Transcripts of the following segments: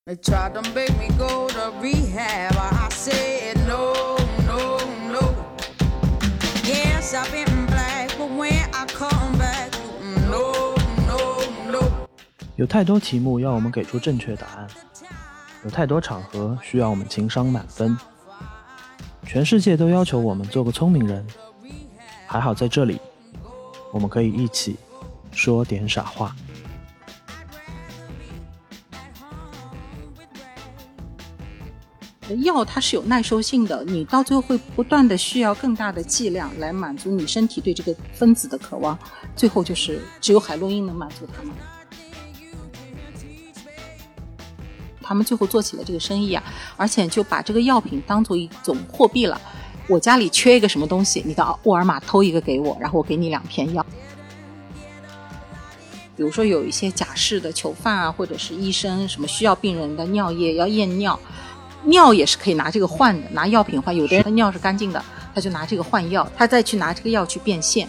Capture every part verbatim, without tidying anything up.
They tried to make me go to rehab. I said no, no, no. Yes, I've been black, but when I come back, no, no, no. 有太多题目要我们给出正确答案，有太多场合需要我们情商满分。全世界都要求我们做个聪明人，还好在这里，我们可以一起说点傻话。 药它是有耐受性的，你到最后会不断的需要更大的剂量来满足你身体对这个分子的渴望，最后就是只有海洛因能满足它们。他们最后做起了这个生意啊，而且就把这个药品当做一种货币了。我家里缺一个什么东西，你到沃尔玛偷一个给我，然后我给你两片药。比如说有一些假释的囚犯啊，或者是医生什么需要病人的尿液要验尿，尿也是可以拿这个换的，拿药品换。有的人的尿是干净的，他就拿这个换药，他再去拿这个药去变现，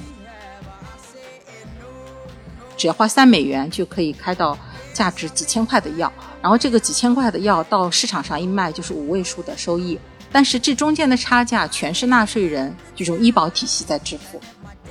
只要花三美元就可以开到价值几千块的药，然后这个几千块的药到市场上一卖就是五位数的收益，但是这中间的差价全是纳税人这种医保体系在支付。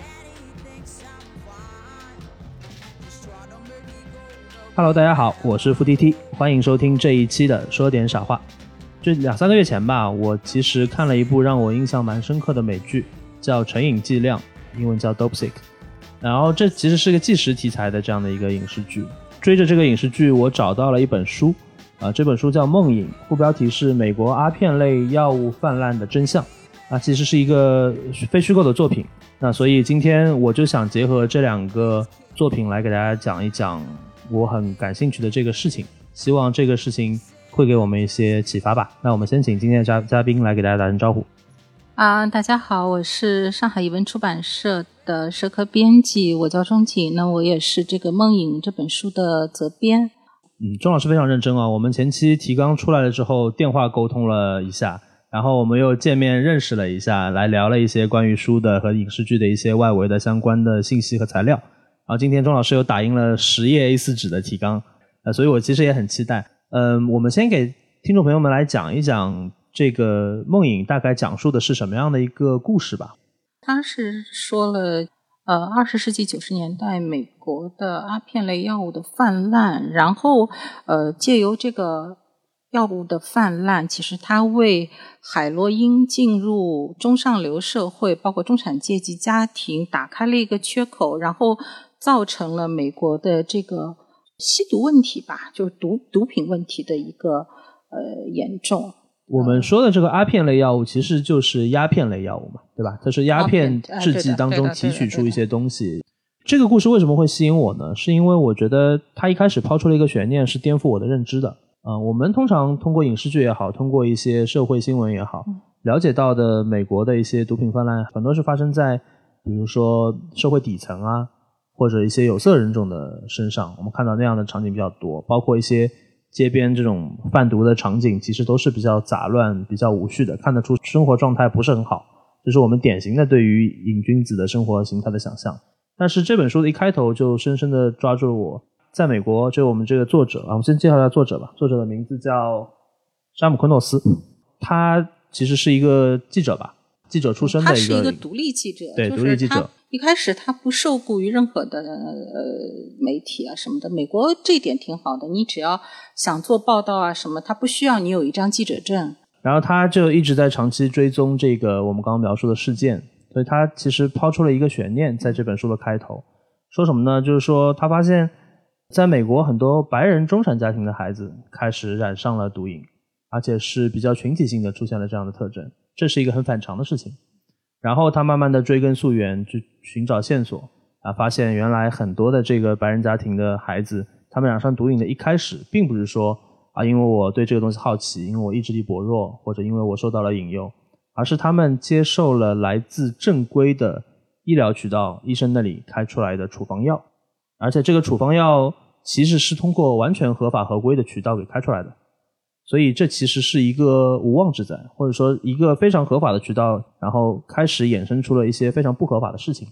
Hello， 大家好，我是付 T T， 欢迎收听这一期的说点傻话。就两三个月前吧，我其实看了一部让我印象蛮深刻的美剧，叫《成瘾剂量》，英文叫 Dopesick。然后这其实是个纪实题材的这样的一个影视剧。追着这个影视剧，我找到了一本书，啊，这本书叫《梦瘾》，副标题是《美国阿片类药物泛滥的真相》，啊，其实是一个非虚构的作品。那所以今天我就想结合这两个作品来给大家讲一讲我很感兴趣的这个事情，希望这个事情会给我们一些启发吧。那我们先请今天的 嘉, 嘉宾来给大家打声招呼。 啊，大家好，我是上海译文出版社的社科编辑，我叫钟景，那我也是这个《梦瘾》这本书的责编。 嗯，钟老师非常认真啊。我们前期提纲出来了之后，电话沟通了一下，然后我们又见面认识了一下，来聊了一些关于书的和影视剧的一些外围的相关的信息和材料。然后今天钟老师又打印了十页 A 四 纸的提纲，呃，所以我其实也很期待。嗯，我们先给听众朋友们来讲一讲这个梦瘾大概讲述的是什么样的一个故事吧。 他是说了呃，二十世纪九十年代美国的阿片类药物的泛滥，然后呃，借由这个药物的泛滥，其实它为海洛因进入中上流社会包括中产阶级家庭打开了一个缺口，然后造成了美国的这个吸毒问题吧，就是毒毒品问题的一个呃严重。 我们说的这个阿片类药物其实就是鸦片类药物嘛，对吧？它是鸦片制剂当中提取出一些东西。这个故事为什么会吸引我呢？是因为我觉得它一开始抛出了一个悬念，是颠覆我的认知的。呃，我们通常通过影视剧也好，通过一些社会新闻也好，了解到的美国的一些毒品泛滥很多是发生在比如说社会底层啊，或者一些有色人种的身上，我们看到那样的场景比较多，包括一些街边这种贩毒的场景其实都是比较杂乱比较无序的，看得出生活状态不是很好，这是我们典型的对于瘾君子的生活形态的想象。但是这本书的一开头就深深的抓住了我。在美国，就我们这个作者啊，我们先介绍一下作者吧。作者的名字叫山姆昆诺斯，他其实是一个记者吧，记者出身的一个，他是一个独立记者， 对，独立记者。 一开始他不受雇于任何的呃媒体啊什么的，美国这一点挺好的，你只要想做报道啊什么，他不需要你有一张记者证。 然后他就一直在长期追踪这个我们刚刚描述的事件，所以他其实抛出了一个悬念在这本书的开头，说什么呢？就是说他发现在美国很多白人中产家庭的孩子开始染上了毒瘾，而且是比较群体性的出现了这样的特征，这是一个很反常的事情。然后他慢慢的追根溯源，去寻找线索啊，发现原来很多的这个白人家庭的孩子，他们染上毒瘾的一开始并不是说啊，因为我对这个东西好奇，因为我意志力薄弱，或者因为我受到了引诱，而是他们接受了来自正规的医疗渠道，医生那里开出来的处方药，而且这个处方药其实是通过完全合法合规的渠道给开出来的，所以这其实是一个无妄之灾，或者说一个非常合法的渠道，然后开始衍生出了一些非常不合法的事情。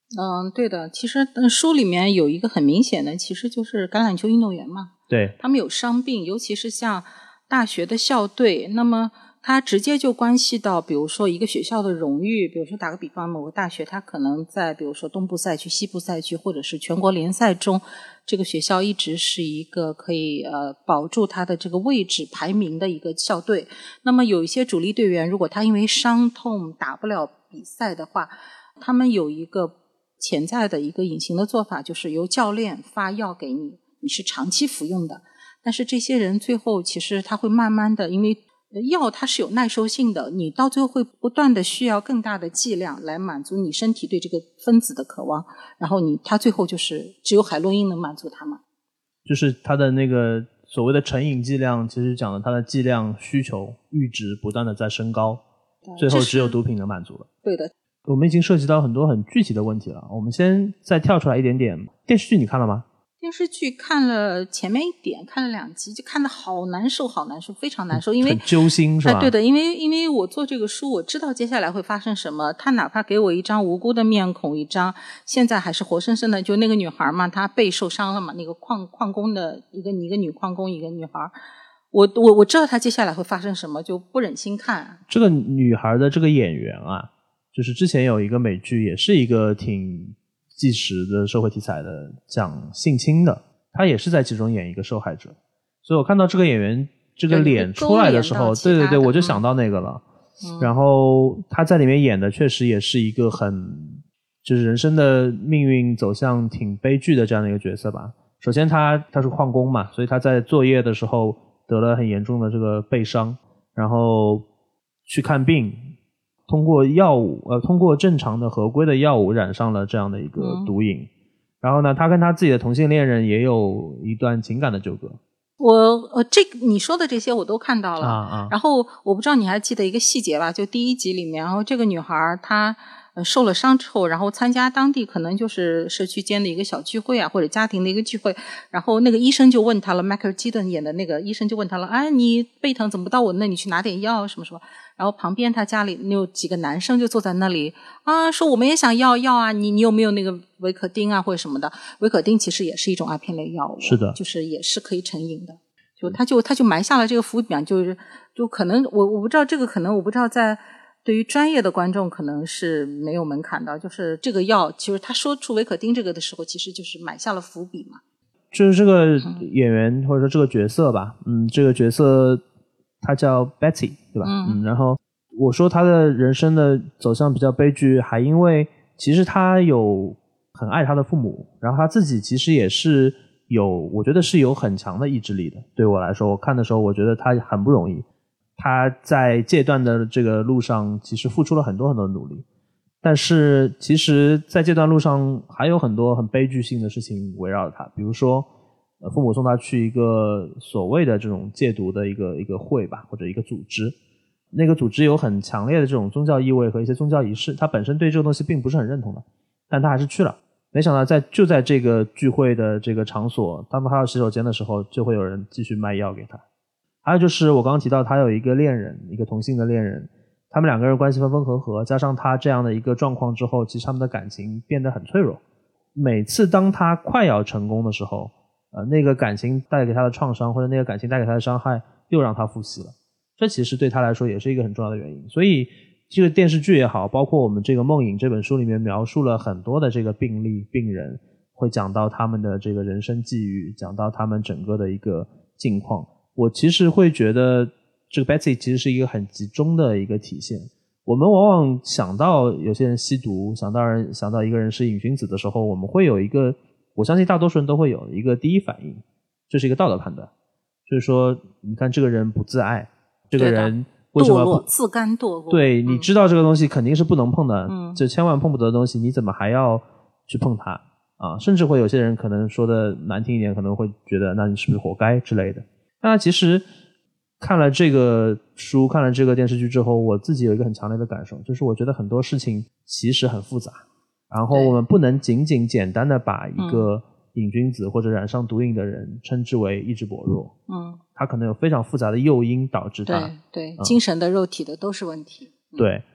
嗯，对的。其实书里面有一个很明显的，其实就是橄榄球运动员嘛。 对， 他们有伤病，尤其是像大学的校队，那么它直接就关系到，比如说一个学校的荣誉。比如说打个比方，某个大学它可能在比如说东部赛区、西部赛区，或者是全国联赛中，这个学校一直是一个可以呃保住它的这个位置排名的一个校队。那么有一些主力队员，如果他因为伤痛打不了比赛的话，他们有一个潜在的一个隐形的做法，就是由教练发药给你，你是长期服用的。但是这些人最后其实他会慢慢的，因为药它是有耐受性的，你到最后会不断的需要更大的剂量来满足你身体对这个分子的渴望，然后你它最后就是只有海洛因能满足它嘛。 就是它的那个所谓的成瘾剂量，其实讲了它的剂量需求阈值不断的在升高，最后只有毒品能满足了。 对的。 我们已经涉及到很多很具体的问题了，我们先再跳出来一点点。电视剧你看了吗？ 电视剧看了前面一点，看了两集，就看得好难受好难受，非常难受。因为很揪心是吧、 呃、对的，因为因为我做这个书，我知道接下来会发生什么。他哪怕给我一张无辜的面孔，一张现在还是活生生的，就那个女孩嘛，她背受伤了嘛，那个矿矿工的一个一个女矿工，一个女孩，我我我知道她接下来会发生什么，就不忍心看。 这个女孩的这个演员啊，就是之前有一个美剧，也是一个挺纪实的社会题材的，讲性侵的，她也是在其中演一个受害者。所以我看到这个演员这个脸出来的时候，对对对，我就想到那个了、嗯、然后她在里面演的确实也是一个很就是人生的命运走向挺悲剧的这样的一个角色吧。首先她她是矿工嘛，所以她在作业的时候得了很严重的这个背伤，然后去看病，通过药物呃，通过正常的合规的药物染上了这样的一个毒瘾、嗯、然后呢他跟他自己的同性恋人也有一段情感的纠葛。 我呃，这你说的这些我都看到了、啊啊、然后我不知道你还记得一个细节吧，就第一集里面，然后这个女孩她呃受了伤之后，然后参加当地可能就是社区间的一个小聚会啊，或者家庭的一个聚会，然后那个医生就问她了，迈克尔基顿演的那个医生就问她了，哎，你背疼怎么不到我那里去拿点药什么什么，然后旁边他家里有几个男生就坐在那里啊，说我们也想要药啊，你你有没有那个维可丁啊或者什么的。维可丁其实也是一种阿片类药物， 是的， 就是也是可以成瘾的。就他就他就埋下了这个伏笔，就是就可能我我不知道这个可能我不知道在对于专业的观众可能是没有门槛的，就是这个药其实他说出维可丁这个的时候，其实就是埋下了伏笔嘛。 就是这个演员、嗯、或者说这个角色吧，嗯，这个角色他叫 Betty 对吧？ 嗯, 嗯，然后我说他的人生的走向比较悲剧，还因为其实他有很爱他的父母，然后他自己其实也是有我觉得是有很强的意志力的。对我来说，我看的时候我觉得他很不容易，他在戒断的这个路上其实付出了很多很多努力，但是其实在戒断路上还有很多很悲剧性的事情围绕着他。比如说呃，父母送他去一个所谓的这种戒毒的一个一个会吧，或者一个组织，那个组织有很强烈的这种宗教意味和一些宗教仪式，他本身对这个东西并不是很认同的，但他还是去了。没想到在就在这个聚会的这个场所，当他到洗手间的时候，就会有人继续卖药给他。还有就是我刚刚提到他有一个恋人，一个同性的恋人，他们两个人关系分分合合，加上他这样的一个状况之后，其实他们的感情变得很脆弱。每次当他快要成功的时候，呃，那个感情带给他的创伤，或者那个感情带给他的伤害又让他复习了，这其实对他来说也是一个很重要的原因。所以这个电视剧也好，包括我们这个梦影这本书里面描述了很多的这个病例病人，会讲到他们的这个人生际遇，讲到他们整个的一个境况。我其实会觉得这个 Betsy 其实是一个很集中的一个体现。我们往往想到有些人吸毒，想到人想到一个人是瘾君子的时候，我们会有一个，我相信大多数人都会有一个第一反应，这是一个道德判断，就是说你看这个人不自爱，这个人为什么不自甘堕落， 对、嗯、你知道这个东西肯定是不能碰的，嗯，就千万碰不得的东西，你怎么还要去碰它啊？甚至会有些人可能说的难听一点，可能会觉得那你是不是活该之类的。那其实看了这个书，看了这个电视剧之后，我自己有一个很强烈的感受，就是我觉得很多事情其实很复杂，然后我们不能仅仅简单的把一个瘾君子或者染上毒瘾的人称之为意志薄弱，嗯，他可能有非常复杂的诱因导致他， 对对、嗯，精神的肉体的都是问题， 对。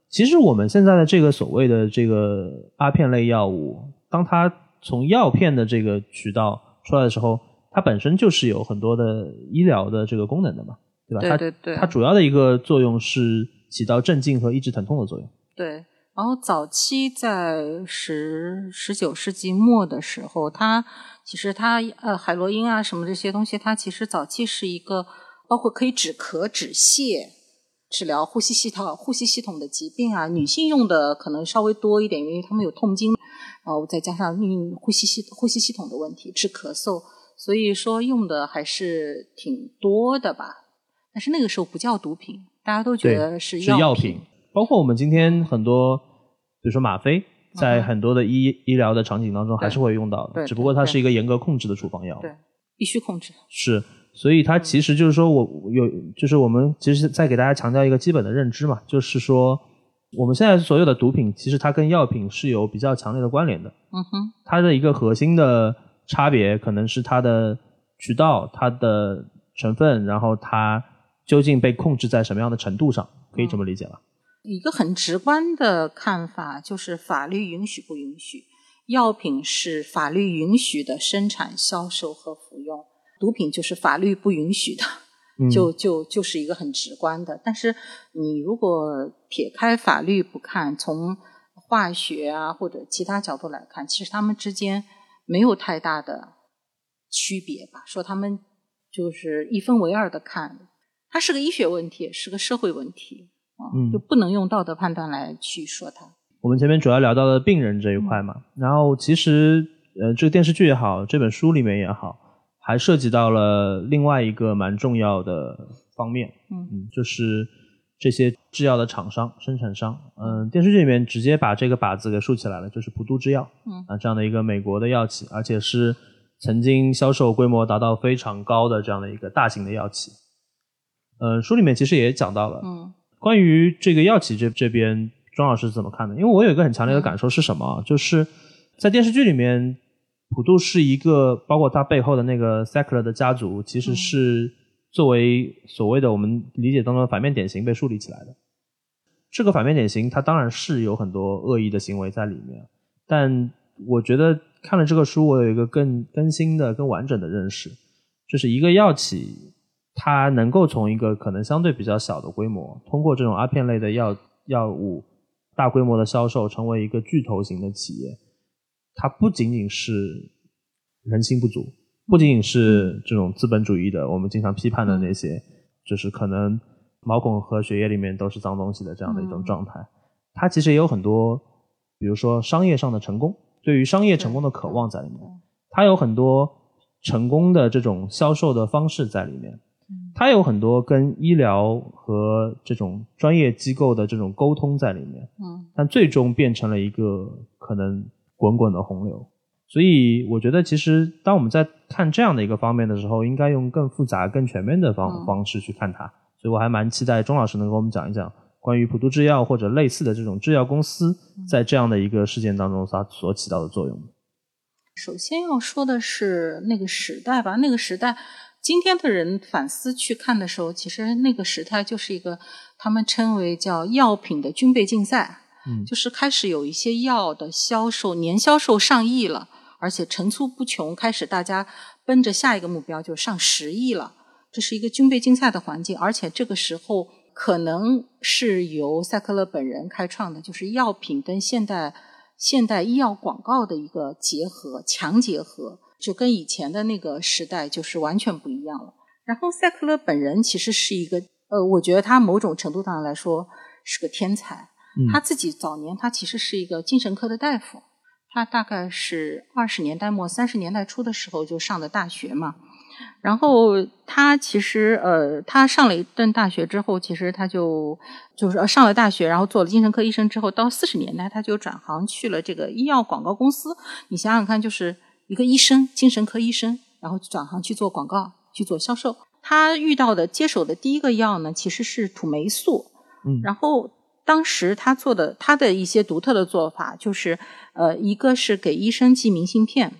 其实我们现在的这个所谓的这个阿片类药物，当它从药片的这个渠道出来的时候，它本身就是有很多的医疗的这个功能的嘛，对吧？ 对对对， 它它主要的一个作用是起到镇静和抑制疼痛的作用。 对。然后早期在十十九世纪末的时候，它其实它呃海洛因啊什么这些东西，它其实早期是一个包括可以止咳止泻、治疗呼吸系统呼吸系统的疾病啊，女性用的可能稍微多一点，因为她们有痛经，然后再加上呼吸系呼吸系统的问题，治咳嗽，所以说用的还是挺多的吧。但是那个时候不叫毒品，大家都觉得是药品。 是药品，包括我们今天很多，比如说吗啡，在很多的医、嗯、医疗的场景当中还是会用到的，只不过它是一个严格控制的处方药。 对，必须控制。 是，所以它其实就是说我有，就是我们其实再给大家强调一个基本的认知嘛，就是说我们现在所有的毒品，其实它跟药品是有比较强烈的关联的。 嗯哼， 它的一个核心的差别可能是它的渠道、它的成分，然后它究竟被控制在什么样的程度上，可以这么理解吧？ 一个很直观的看法就是法律允许不允许，药品是法律允许的生产、销售和服用，毒品就是法律不允许的， 嗯、 就就就是一个很直观的。但是你如果撇开法律不看，从化学啊或者其他角度来看，其实它们之间没有太大的区别吧，说它们就是一分为二的看，它是个医学问题，也是个社会问题。嗯，就不能用道德判断来去说它。 我们前面主要聊到了病人这一块嘛，嗯、然后其实呃，这个电视剧也好，这本书里面也好，还涉及到了另外一个蛮重要的方面， 嗯, 嗯就是这些制药的厂商、生产商。嗯、呃，电视剧里面直接把这个靶子给竖起来了，就是普渡制药， 嗯啊，这样的一个美国的药企，而且是曾经销售规模达到非常高的这样的一个大型的药企。呃，书里面其实也讲到了， 嗯。 关于这个药企这这边，庄老师怎么看的？因为我有一个很强烈的感受是什么？嗯、就是在电视剧里面，普渡是一个，包括他背后的那个 Sackler 的家族，其实是作为所谓的我们理解当中的反面典型被树立起来的。这个反面典型，它当然是有很多恶意的行为在里面，但我觉得看了这个书，我有一个更更新的、更完整的认识，就是一个药企。它能够从一个可能相对比较小的规模，通过这种阿片类的药药物大规模的销售，成为一个巨头型的企业，它不仅仅是人心不足，不仅仅是这种资本主义的我们经常批判的那些，就是可能毛孔和血液里面都是脏东西的这样的一种状态。它其实也有很多，比如说商业上的成功，对于商业成功的渴望在里面，它有很多成功的这种销售的方式在里面。它有很多跟医疗和这种专业机构的这种沟通在里面， 嗯， 但最终变成了一个可能滚滚的洪流。所以我觉得其实当我们在看这样的一个方面的时候，应该用更复杂更全面的方、嗯、方式去看它。所以我还蛮期待钟老师能跟我们讲一讲关于普渡制药或者类似的这种制药公司在这样的一个事件当中它所起到的作用。 首先要说的是那个时代吧，那个时代今天的人反思去看的时候，其实那个时代就是一个他们称为叫药品的军备竞赛， 嗯， 就是开始有一些药的销售年销售上亿了，而且层出不穷，开始大家奔着下一个目标就上十亿了，这是一个军备竞赛的环境。而且这个时候可能是由塞克勒本人开创的，就是药品跟现代现代医药广告的一个结合，强结合，就跟以前的那个时代就是完全不一样了。然后塞克勒本人其实是一个呃，我觉得他某种程度上来说是个天才、 嗯、 他自己早年他其实是一个精神科的大夫，他大概是二十年代末三十年代初的时候就上的大学嘛。然后他其实呃，他上了一顿大学之后，其实他就就是上了大学，然后做了精神科医生之后，到四十年代他就转行去了这个医药广告公司。你想想看，就是一个医生，精神科医生，然后转行去做广告，去做销售。他遇到的接手的第一个药呢，其实是土霉素。 嗯， 然后当时他做的他的一些独特的做法，就是呃，一个是给医生寄明信片。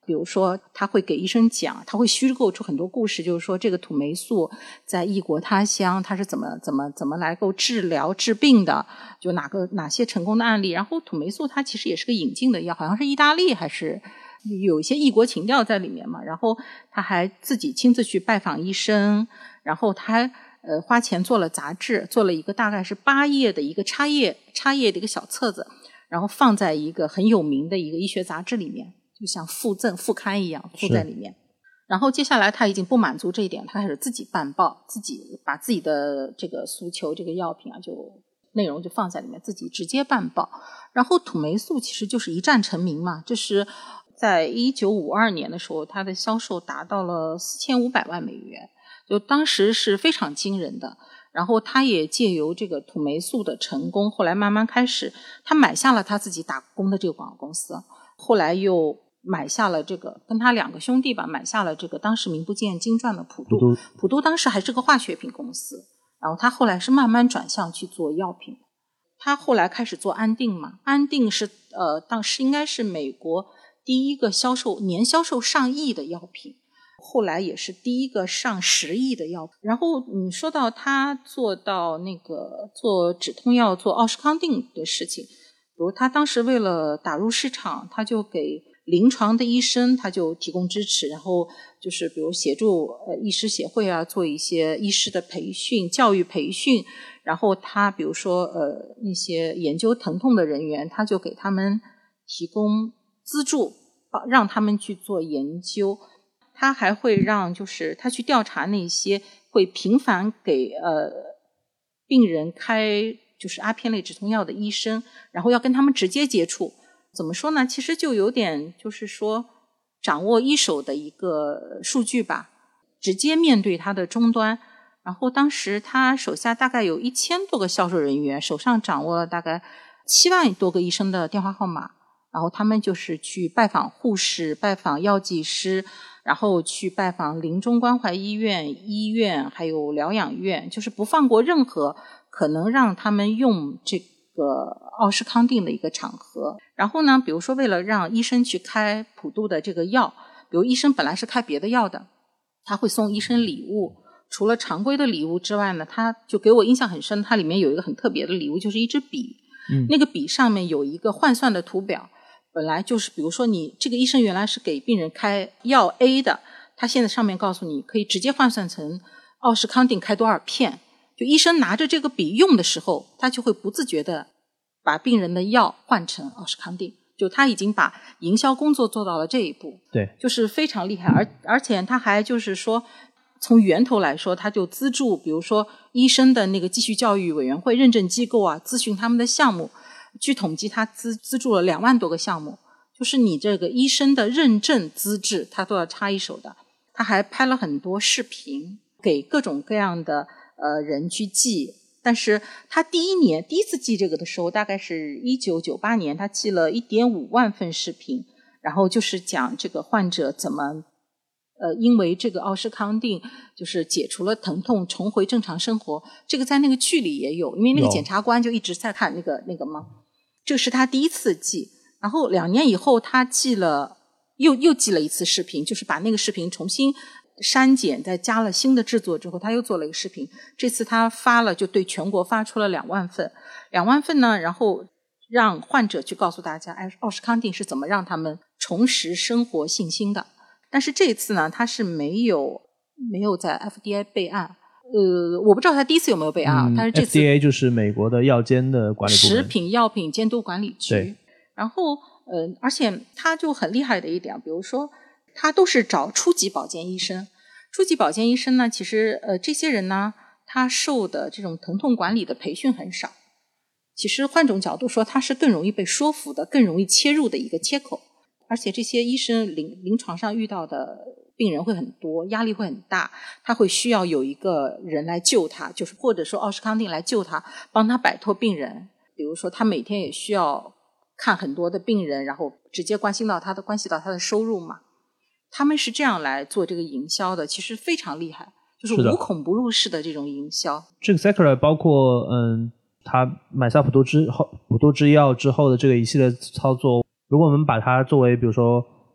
比如说他会给医生讲，他会虚构出很多故事，就是说这个土霉素在异国他乡他是怎么怎么怎么来够治疗治病的，就哪个哪些成功的案例。然后土霉素它其实也是个引进的药，好像是意大利还是有一些异国情调在里面嘛。然后他还自己亲自去拜访医生，然后他还呃花钱做了杂志，做了一个大概是八页的一个插页插页的一个小册子，然后放在一个很有名的一个医学杂志里面，就像附赠副刊一样附在里面。然后接下来他已经不满足这一点，他开始自己办报，自己把自己的这个诉求这个药品啊就内容就放在里面，自己直接办报。然后土霉素其实就是一战成名嘛，这是在一九五二年的时候它的销售达到了四千五百万美元，就当时是非常惊人的。然后他也借由这个土霉素的成功，后来慢慢开始他买下了他自己打工的这个广告公司，后来又买下了这个跟他两个兄弟吧，买下了这个当时名不见经传的普渡。普渡普渡当时还是个化学品公司，然后他后来是慢慢转向去做药品。他后来开始做安定嘛，安定是呃当时应该是美国第一个销售年销售上亿的药品，后来也是第一个上十亿的药品。然后你说到他做到那个做止痛药做奥施康定的事情，比如他当时为了打入市场，他就给临床的医生他就提供支持，然后就是比如协助呃医师协会啊做一些医师的培训教育培训，然后他比如说呃那些研究疼痛的人员，他就给他们提供资助，让他们去做研究。他还会让就是他去调查那些会频繁给呃病人开就是阿片类止痛药的医生，然后要跟他们直接接触。怎么说呢，其实就有点就是说掌握一手的一个数据吧，直接面对他的终端。然后当时他手下大概有一千多个销售人员，手上掌握了大概七万多个医生的电话号码，然后他们就是去拜访护士，拜访药剂师，然后去拜访临终关怀医院、医院还有疗养院，就是不放过任何可能让他们用这个奥施康定的一个场合。然后呢，比如说为了让医生去开普渡的这个药，比如医生本来是开别的药的，他会送医生礼物。除了常规的礼物之外呢，他就给我印象很深，它里面有一个很特别的礼物，就是一支笔。嗯，那个笔上面有一个换算的图表，本来就是比如说你这个医生原来是给病人开药 A 的，他现在上面告诉你可以直接换算成奥施康定开多少片，就医生拿着这个笔用的时候，他就会不自觉的把病人的药换成奥施康定，就他已经把营销工作做到了这一步。 对， 就是非常厉害。而而且他还就是说从源头来说，他就资助比如说医生的那个继续教育委员会认证机构啊，咨询他们的项目，据统计他资资助了两万多个项目，就是你这个医生的认证资质他都要插一手的。他还拍了很多视频给各种各样的呃人去寄，但是他第一年第一次寄这个的时候大概是一九九八年，他寄了 一点五万份视频，然后就是讲这个患者怎么呃，因为这个奥施康定就是解除了疼痛，重回正常生活。这个在那个剧里也有，因为那个检察官就一直在看那个那个嘛。这是他第一次寄，然后两年以后他寄了又又寄了一次视频，就是把那个视频重新删减，再加了新的制作之后，他又做了一个视频。这次他发了，就对全国发出了两万份，两万份呢，然后让患者去告诉大家，哎，奥施康定是怎么让他们重拾生活信心的。但是这次呢，他是没有没有在 F D A 备案，呃，我不知道他第一次有没有备案，嗯、但是这次 F D A 就是美国的药监的管理部门， 食品药品监督管理局。然后，呃，而且他就很厉害的一点，比如说，他都是找初级保健医生。初级保健医生呢，其实呃，这些人呢，他受的这种疼痛管理的培训很少。其实换种角度说，他是更容易被说服的，更容易切入的一个切口。而且这些医生临临床上遇到的病人会很多，压力会很大，他会需要有一个人来救他，就是或者说奥施康定来救他，帮他摆脱病人。比如说他每天也需要看很多的病人，然后直接关心到他的关系到他的收入嘛。他们是这样来做这个营销的，其实非常厉害，就是无孔不入式的这种营销。 这个 Sakurai 包括嗯，他买下普渡之后普渡制药之后的这个一系列操作，如果我们把它作为比如说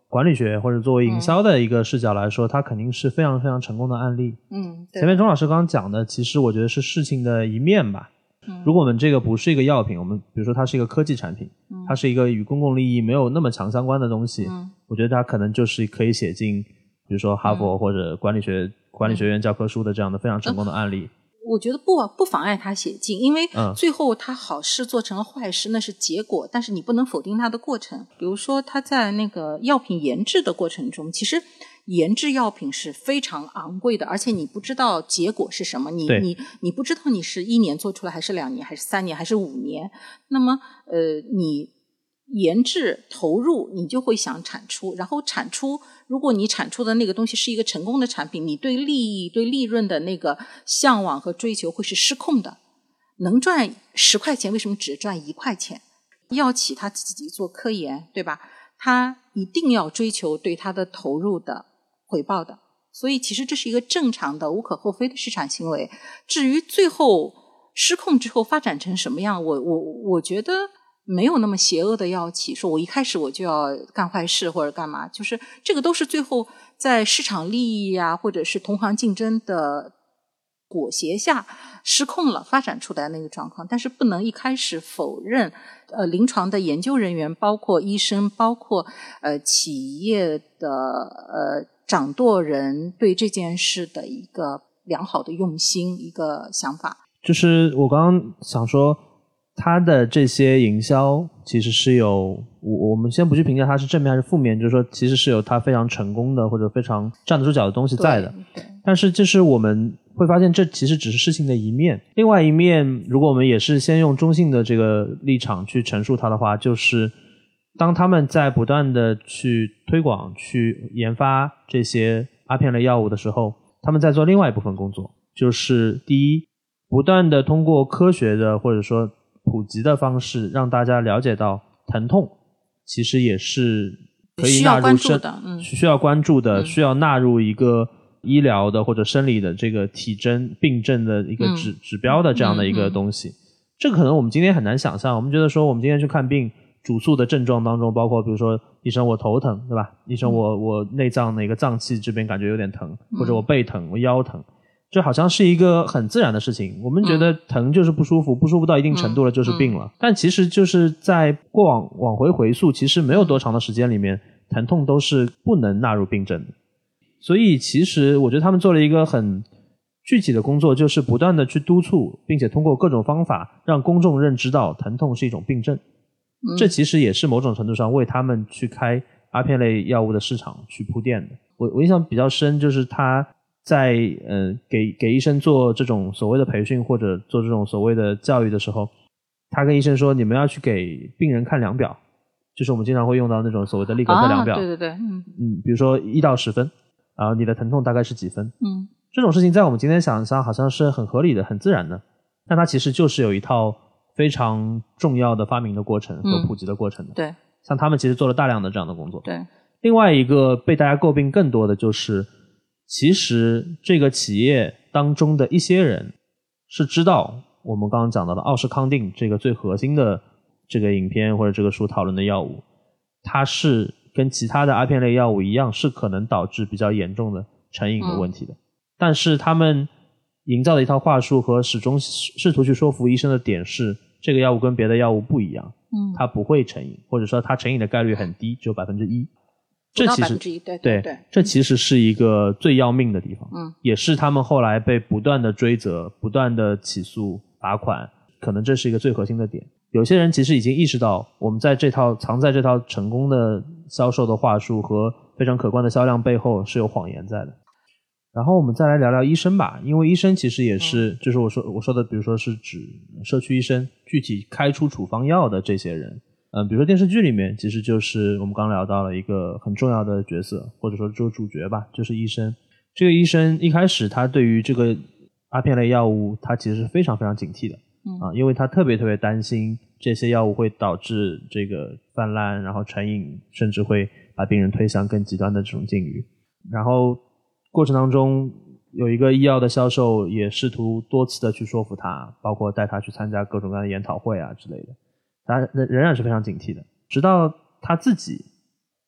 管理学或者作为营销的一个视角来说、嗯、它肯定是非常非常成功的案例。 嗯，对。 前面钟老师刚刚讲的其实我觉得是事情的一面吧。嗯、如果我们这个不是一个药品，我们比如说它是一个科技产品、嗯、它是一个与公共利益没有那么强相关的东西、嗯、我觉得它可能就是可以写进比如说哈佛或者管理学、嗯、管理学院教科书的这样的非常成功的案例。 嗯我觉得不不妨碍他写进，因为最后他好事做成了坏事、嗯、那是结果，但是你不能否定他的过程。比如说他在那个药品研制的过程中，其实研制药品是非常昂贵的，而且你不知道结果是什么，你你你不知道你是一年做出来还是两年还是三年还是五年，那么呃你研制投入你就会想产出，然后产出如果你产出的那个东西是一个成功的产品，你对利益对利润的那个向往和追求会是失控的。能赚十块钱为什么只赚一块钱？药企他自己做科研对吧，他一定要追求对他的投入的回报的，所以其实这是一个正常的无可厚非的市场行为。至于最后失控之后发展成什么样，我我我觉得没有那么邪恶的药企说我一开始我就要干坏事或者干嘛，就是这个都是最后在市场利益啊或者是同行竞争的裹挟下失控了发展出来那个状况。但是不能一开始否认呃临床的研究人员包括医生包括呃企业的呃掌舵人对这件事的一个良好的用心一个想法。 就是我刚刚想说它的这些营销其实是有我我们先不去评价它是正面还是负面，就是说其实是有它非常成功的或者非常站得住脚的东西在的。但是就是我们会发现这其实只是事情的一面，另外一面如果我们也是先用中性的这个立场去陈述它的话，就是当他们在不断的去推广去研发这些阿片类药物的时候，他们在做另外一部分工作，就是第一不断的通过科学的或者说普及的方式让大家了解到疼痛其实也是可以纳入需要关注的、嗯、 需要关注的、嗯、需要纳入一个医疗的或者生理的这个体征病症的一个指、嗯、指标的这样的一个东西、嗯嗯、这个可能我们今天很难想象。我们觉得说我们今天去看病主诉的症状当中包括比如说医生我头疼对吧，医生我、嗯、我内脏哪个脏器这边感觉有点疼、嗯、或者我背疼我腰疼，这好像是一个很自然的事情，我们觉得疼就是不舒服、嗯、不舒服到一定程度了就是病了、嗯嗯、但其实就是在过往往回回溯其实没有多长的时间里面疼痛都是不能纳入病症的。所以其实我觉得他们做了一个很具体的工作，就是不断的去督促并且通过各种方法让公众认知到疼痛是一种病症、嗯、这其实也是某种程度上为他们去开阿片类药物的市场去铺垫的。我我印象比较深就是他在呃给给医生做这种所谓的培训或者做这种所谓的教育的时候，他跟医生说你们要去给病人看量表，就是我们经常会用到那种所谓的立格特量表、 啊、对对对嗯嗯，比如说一到十分然后你的疼痛大概是几分， 嗯， 这种事情在我们今天想象好像是很合理的很自然的，但它其实就是有一套非常重要的发明的过程和普及的过程的、嗯、 对， 像他们其实做了大量的这样的工作。 对， 另外一个被大家诟病更多的就是其实这个企业当中的一些人是知道我们刚刚讲到的奥施康定这个最核心的这个影片或者这个书讨论的药物，它是跟其他的阿片类药物一样是可能导致比较严重的成瘾的问题的、嗯、但是他们营造的一套话术和始终试图去说服医生的点是这个药物跟别的药物不一样，嗯，它不会成瘾，或者说它成瘾的概率很低，只有百分之一。这其实对对对, 对这其实是一个最要命的地方， 嗯， 也是他们后来被不断的追责不断的起诉罚款，可能这是一个最核心的点。有些人其实已经意识到我们在这套藏在这套成功的销售的话术和非常可观的销量背后是有谎言在的。然后我们再来聊聊医生吧，因为医生其实也是、嗯、就是我说我说的比如说是指社区医生具体开出处方药的这些人，嗯，比如说电视剧里面其实就是我们刚聊到了一个很重要的角色，或者说就是主角吧，就是医生。这个医生一开始他对于这个阿片类药物他其实是非常非常警惕的、嗯、啊，因为他特别特别担心这些药物会导致这个泛滥然后成瘾，甚至会把病人推向更极端的这种境遇。然后过程当中有一个医药的销售也试图多次的去说服他，包括带他去参加各种各样的研讨会啊之类的，他仍然是非常警惕的。直到他自己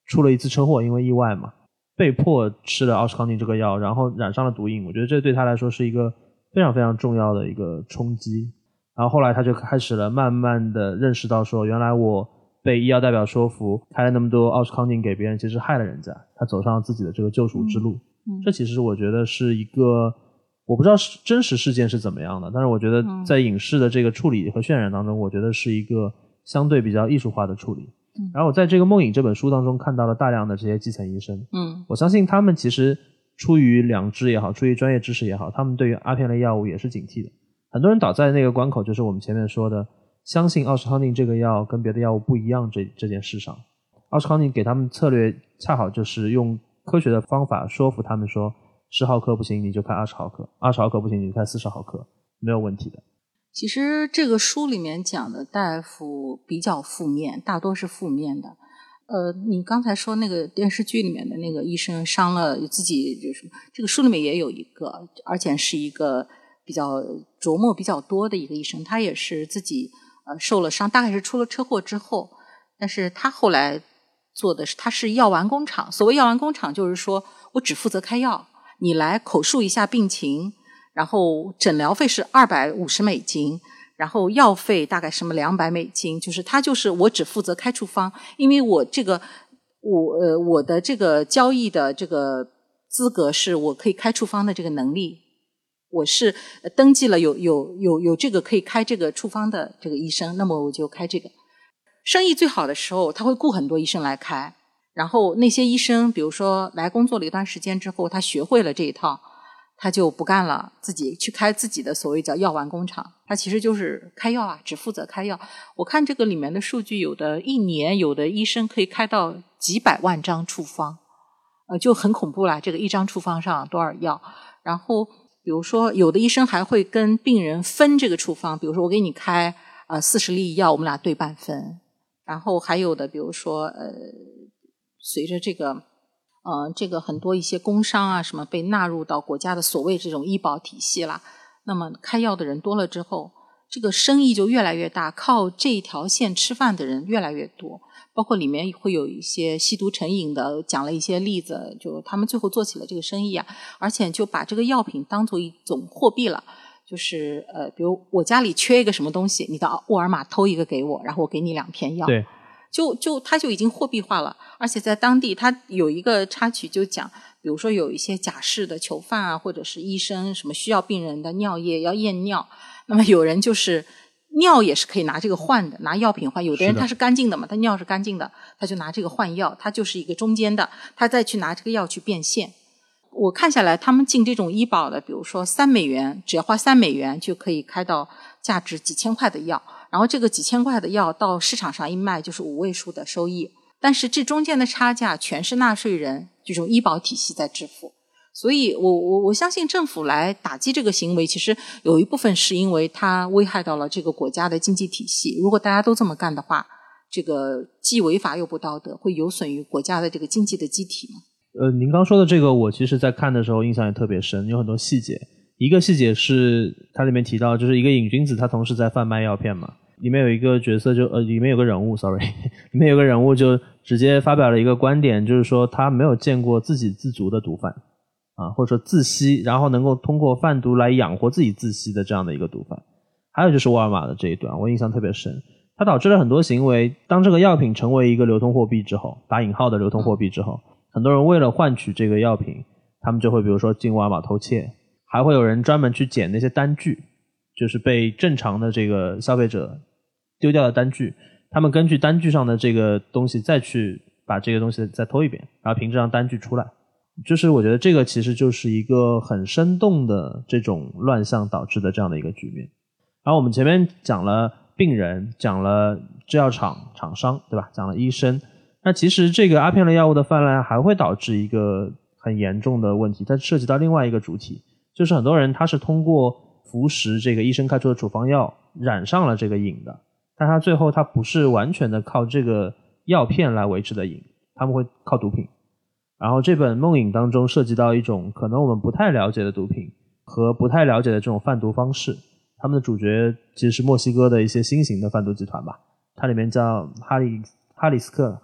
出了一次车祸，因为意外嘛，被迫吃了奥司康定这个药，然后染上了毒瘾。我觉得这对他来说是一个非常非常重要的一个冲击。然后后来他就开始了慢慢的认识到说，原来我被医药代表说服开了那么多奥司康定给别人，其实害了人家，他走上了自己的这个救赎之路。 嗯嗯、 这其实我觉得是一个，我不知道真实事件是怎么样的，但是我觉得在影视的这个处理和渲染当中，我觉得是一个相对比较艺术化的处理。嗯、然后我在这个《梦影》这本书当中看到了大量的这些基层医生， 嗯， 我相信他们其实出于良知也好，出于专业知识也好，他们对于阿片类药物也是警惕的。很多人倒在那个关口，就是我们前面说的相信奥司康定这个药跟别的药物不一样这这件事上。奥司康定给他们策略恰好就是用科学的方法说服他们说，十毫克不行你就开二十毫克，二十毫克不行你就开四十毫克，没有问题的。 其实这个书里面讲的大夫比较负面，大多是负面的。呃，你刚才说那个电视剧里面的那个医生伤了自己，就是这个书里面也有一个，而且是一个比较琢磨比较多的一个医生，他也是自己呃受了伤，大概是出了车祸之后，但是他后来做的是他是药丸工厂。所谓药丸工厂就是说我只负责开药，你来口述一下病情，然后诊疗费是二百五十美金，然后药费大概什么两百美金，就是他就是我只负责开处方，因为我这个我呃我的这个交易的这个资格是我可以开处方的这个能力，我是登记了有有有有这个可以开这个处方的这个医生，那么我就开这个。生意最好的时候他会雇很多医生来开，然后那些医生比如说来工作了一段时间之后，他学会了这一套，他就不干了，自己去开自己的所谓叫药丸工厂，他其实就是开药啊，只负责开药。我看这个里面的数据，有的一年有的医生可以开到几百万张处方，呃，就很恐怖啦，这个一张处方上多少药。然后比如说有的医生还会跟病人分这个处方，比如说我给你开呃四十粒药，我们俩对半分。然后还有的比如说呃随着这个呃，这个很多一些工商啊什么被纳入到国家的所谓这种医保体系啦，那么开药的人多了之后，这个生意就越来越大，靠这一条线吃饭的人越来越多，包括里面会有一些吸毒成瘾的，讲了一些例子，就他们最后做起了这个生意啊，而且就把这个药品当作一种货币了，就是呃，比如我家里缺一个什么东西，你到沃尔玛偷一个给我，然后我给你两片药， 对， 就就它就已经货币化了。而且在当地它有一个插曲就讲，比如说有一些假释的囚犯啊，或者是医生什么需要病人的尿液要验尿，那么有人就是尿也是可以拿这个换的，拿药品换，有的人他是干净的嘛，他尿是干净的，他就拿这个换药，他就是一个中间的，他再去拿这个药去变现。我看下来他们进这种医保的，比如说三美元，只要花三美元就可以开到价值几千块的药，然后这个几千块的药到市场上一卖就是五位数的收益，但是这中间的差价全是纳税人这种医保体系在支付。所以我我我相信政府来打击这个行为，其实有一部分是因为它危害到了这个国家的经济体系，如果大家都这么干的话，这个既违法又不道德，会有损于国家的这个经济的机体嘛。 呃，您刚说的这个，我其实在看的时候印象也特别深，有很多细节。一个细节是它里面提到，就是一个瘾君子，他同时在贩卖药片嘛。里面有一个角色就呃，里面有个人物 ，sorry， 里面有个人物就直接发表了一个观点，就是说他没有见过自给自足的毒贩啊，或者说自吸，然后能够通过贩毒来养活自己自吸的这样的一个毒贩。还有就是沃尔玛的这一段，我印象特别深。它导致了很多行为，当这个药品成为一个流通货币之后，打引号的流通货币之后，很多人为了换取这个药品，他们就会比如说进沃尔玛偷窃，还会有人专门去捡那些单据，就是被正常的这个消费者丢掉的单据，他们根据单据上的这个东西再去把这个东西再偷一遍，然后凭这张单据出来。就是我觉得这个其实就是一个很生动的这种乱象导致的这样的一个局面。然后我们前面讲了病人，讲了制药厂厂商，对吧？讲了医生。那其实这个阿片类药物的泛滥还会导致一个很严重的问题，它涉及到另外一个主体，就是很多人他是通过服食这个医生开出的处方药染上了这个瘾的，但他最后他不是完全的靠这个药片来维持的瘾，他们会靠毒品。然后这本梦影当中涉及到一种可能我们不太了解的毒品和不太了解的这种贩毒方式，他们的主角其实是墨西哥的一些新型的贩毒集团吧，它里面叫哈里哈里斯克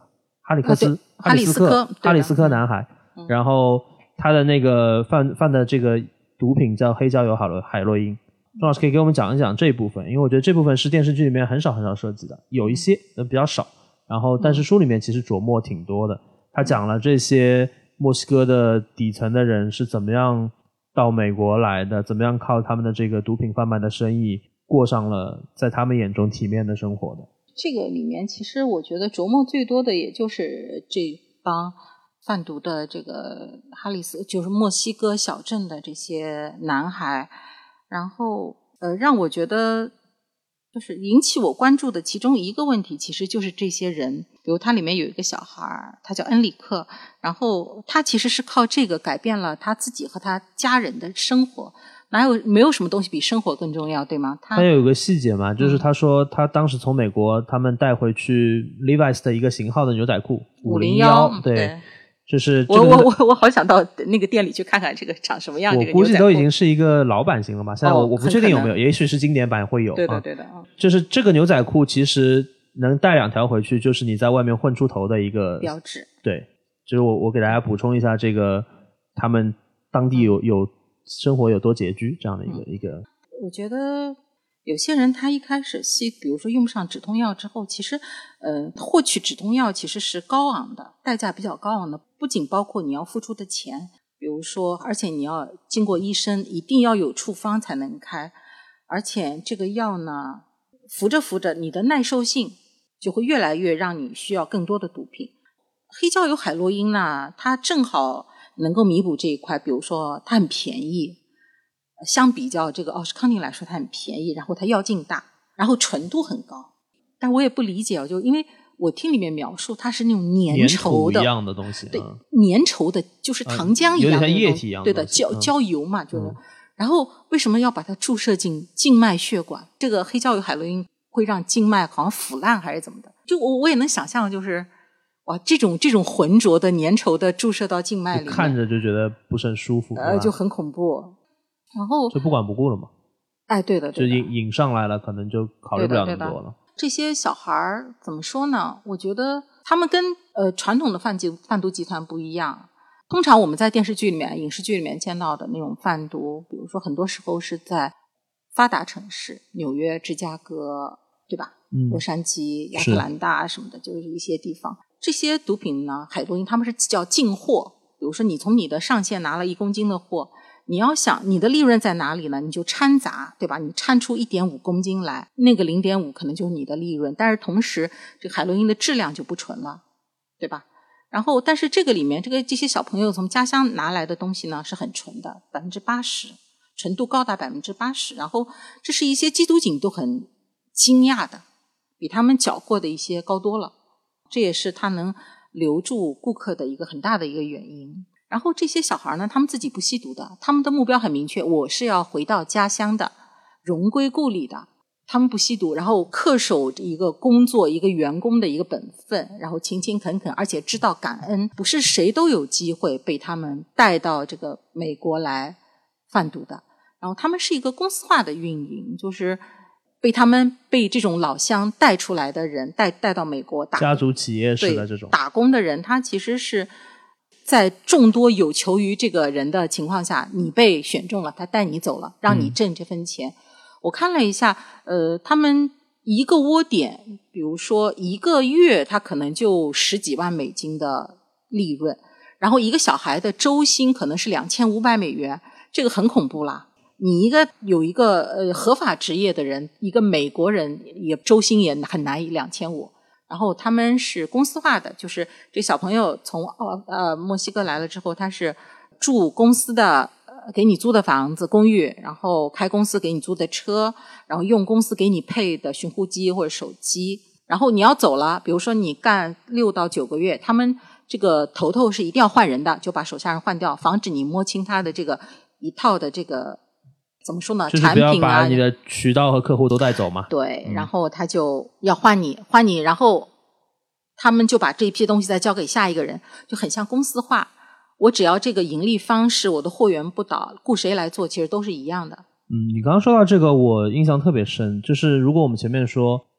哈里克斯、 啊、 哈里斯科哈里斯科男孩、 嗯、 然后他的那个贩贩的这个毒品叫黑焦油海洛海洛因。钟老师可以给我们讲一讲这一部分，因为我觉得这部分是电视剧里面很少很少涉及的，有一些比较少，然后但是书里面其实琢磨挺多的。他讲了这些墨西哥的底层的人是怎么样到美国来的，怎么样靠他们的这个毒品贩卖的生意过上了在他们眼中体面的生活的。 这个里面其实我觉得琢磨最多的也就是这帮贩毒的这个哈里斯，就是墨西哥小镇的这些男孩，然后呃，让我觉得就是引起我关注的其中一个问题，其实就是这些人，比如他里面有一个小孩，他叫恩里克，然后他其实是靠这个改变了他自己和他家人的生活。哪有没有什么东西比生活更重要，对吗？他他有一个细节嘛，就是他说他当时从美国他们带回去 Levi's 的一个型号的牛仔裤五零一，对。 对就是我我我我好想到那个店里去看看这个长什么样。 我估计都已经是一个老版型了嘛，现在我、哦、我不确定有没有，也许是经典版会有。 对的对的、啊、 就是这个牛仔裤其实能带两条回去，就是你在外面混出头的一个标志。 对，就是我我给大家补充一下这个他们当地有有生活有多拮据这样的一个、嗯、一个。 我觉得有些人他一开始吸，比如说用上止痛药之后，其实呃，获取止痛药其实是高昂的，代价比较高昂的，不仅包括你要付出的钱，比如说而且你要经过医生一定要有处方才能开，而且这个药呢服着服着你的耐受性就会越来越让你需要更多的毒品。黑焦油海洛因呢，它正好能够弥补这一块，比如说它很便宜，相比较这个奥司康定来说它很便宜，然后它药劲大，然后纯度很高。但我也不理解，就因为我听里面描述它是那种粘稠的粘土一样的东西， 对，粘稠的就是糖浆一样的、嗯、有点像液体一样的， 对的，焦焦油嘛，就是、嗯、然后为什么要把它注射进静脉血管？这个黑焦油海洛因会让静脉好像腐烂还是怎么的？就我我也能想象，就是哇，这种这种浑浊的粘稠的注射到静脉里面， 看着就觉得不是很舒服， 呃，就很恐怖。然后就不管不顾了嘛。 哎，对的，对的，就引引上来了，可能就考虑不了那么多了。 这些小孩儿怎么说呢？我觉得他们跟呃传统的贩集贩毒集团不一样。通常我们在电视剧里面、影视剧里面见到的那种贩毒，比如说很多时候是在发达城市，纽约、芝加哥，对吧？ 嗯， 洛杉矶、亚特兰大什么的，就是一些地方。这些毒品呢，海洛因他们是叫进货。比如说你从你的上线拿了一公斤的货，你要想你的利润在哪里呢？你就掺杂，对吧？你掺出 一点五公斤来，那个 零点五 可能就是你的利润，但是同时这个海洛因的质量就不纯了，对吧？然后但是这个里面这个这些小朋友从家乡拿来的东西呢是很纯的， 百分之八十 纯度高达 百分之八十， 然后这是一些缉毒警都很惊讶的，比他们缴获的一些高多了，这也是他能留住顾客的一个很大的一个原因。然后这些小孩呢，他们自己不吸毒的，他们的目标很明确，我是要回到家乡的，荣归故里的。他们不吸毒，然后恪守一个工作一个员工的一个本分，然后勤勤恳恳，而且知道感恩，不是谁都有机会被他们带到这个美国来贩毒的。然后他们是一个公司化的运营，就是被他们被这种老乡带出来的人带带到美国打家族企业式的这种打工的人，他其实是在众多有求于这个人的情况下，你被选中了，他带你走了，让你挣这份钱。嗯，我看了一下，呃，他们一个窝点，比如说一个月，他可能就十几万美金的利润，然后一个小孩的周薪可能是两千五百美元，这个很恐怖啦。你一个有一个呃合法职业的人，一个美国人也周薪也很难两千五。然后他们是公司化的，就是这小朋友从澳呃墨西哥来了之后，他是住公司的呃给你租的房子公寓，然后开公司给你租的车，然后用公司给你配的寻呼机或者手机，然后你要走了，比如说你干六到九个月，他们这个头头是一定要换人的，就把手下人换掉，防止你摸清他的这个一套的这个怎么说呢？ 就是不要把你的渠道和客户都带走嘛。 对，嗯，然后他就要换你，换你，然后他们就把这一批东西再交给下一个人，就很像公司化。我只要这个盈利方式，我的货源不倒，雇谁来做，其实都是一样的。 嗯，你刚刚说到这个，我印象特别深，就是如果我们前面说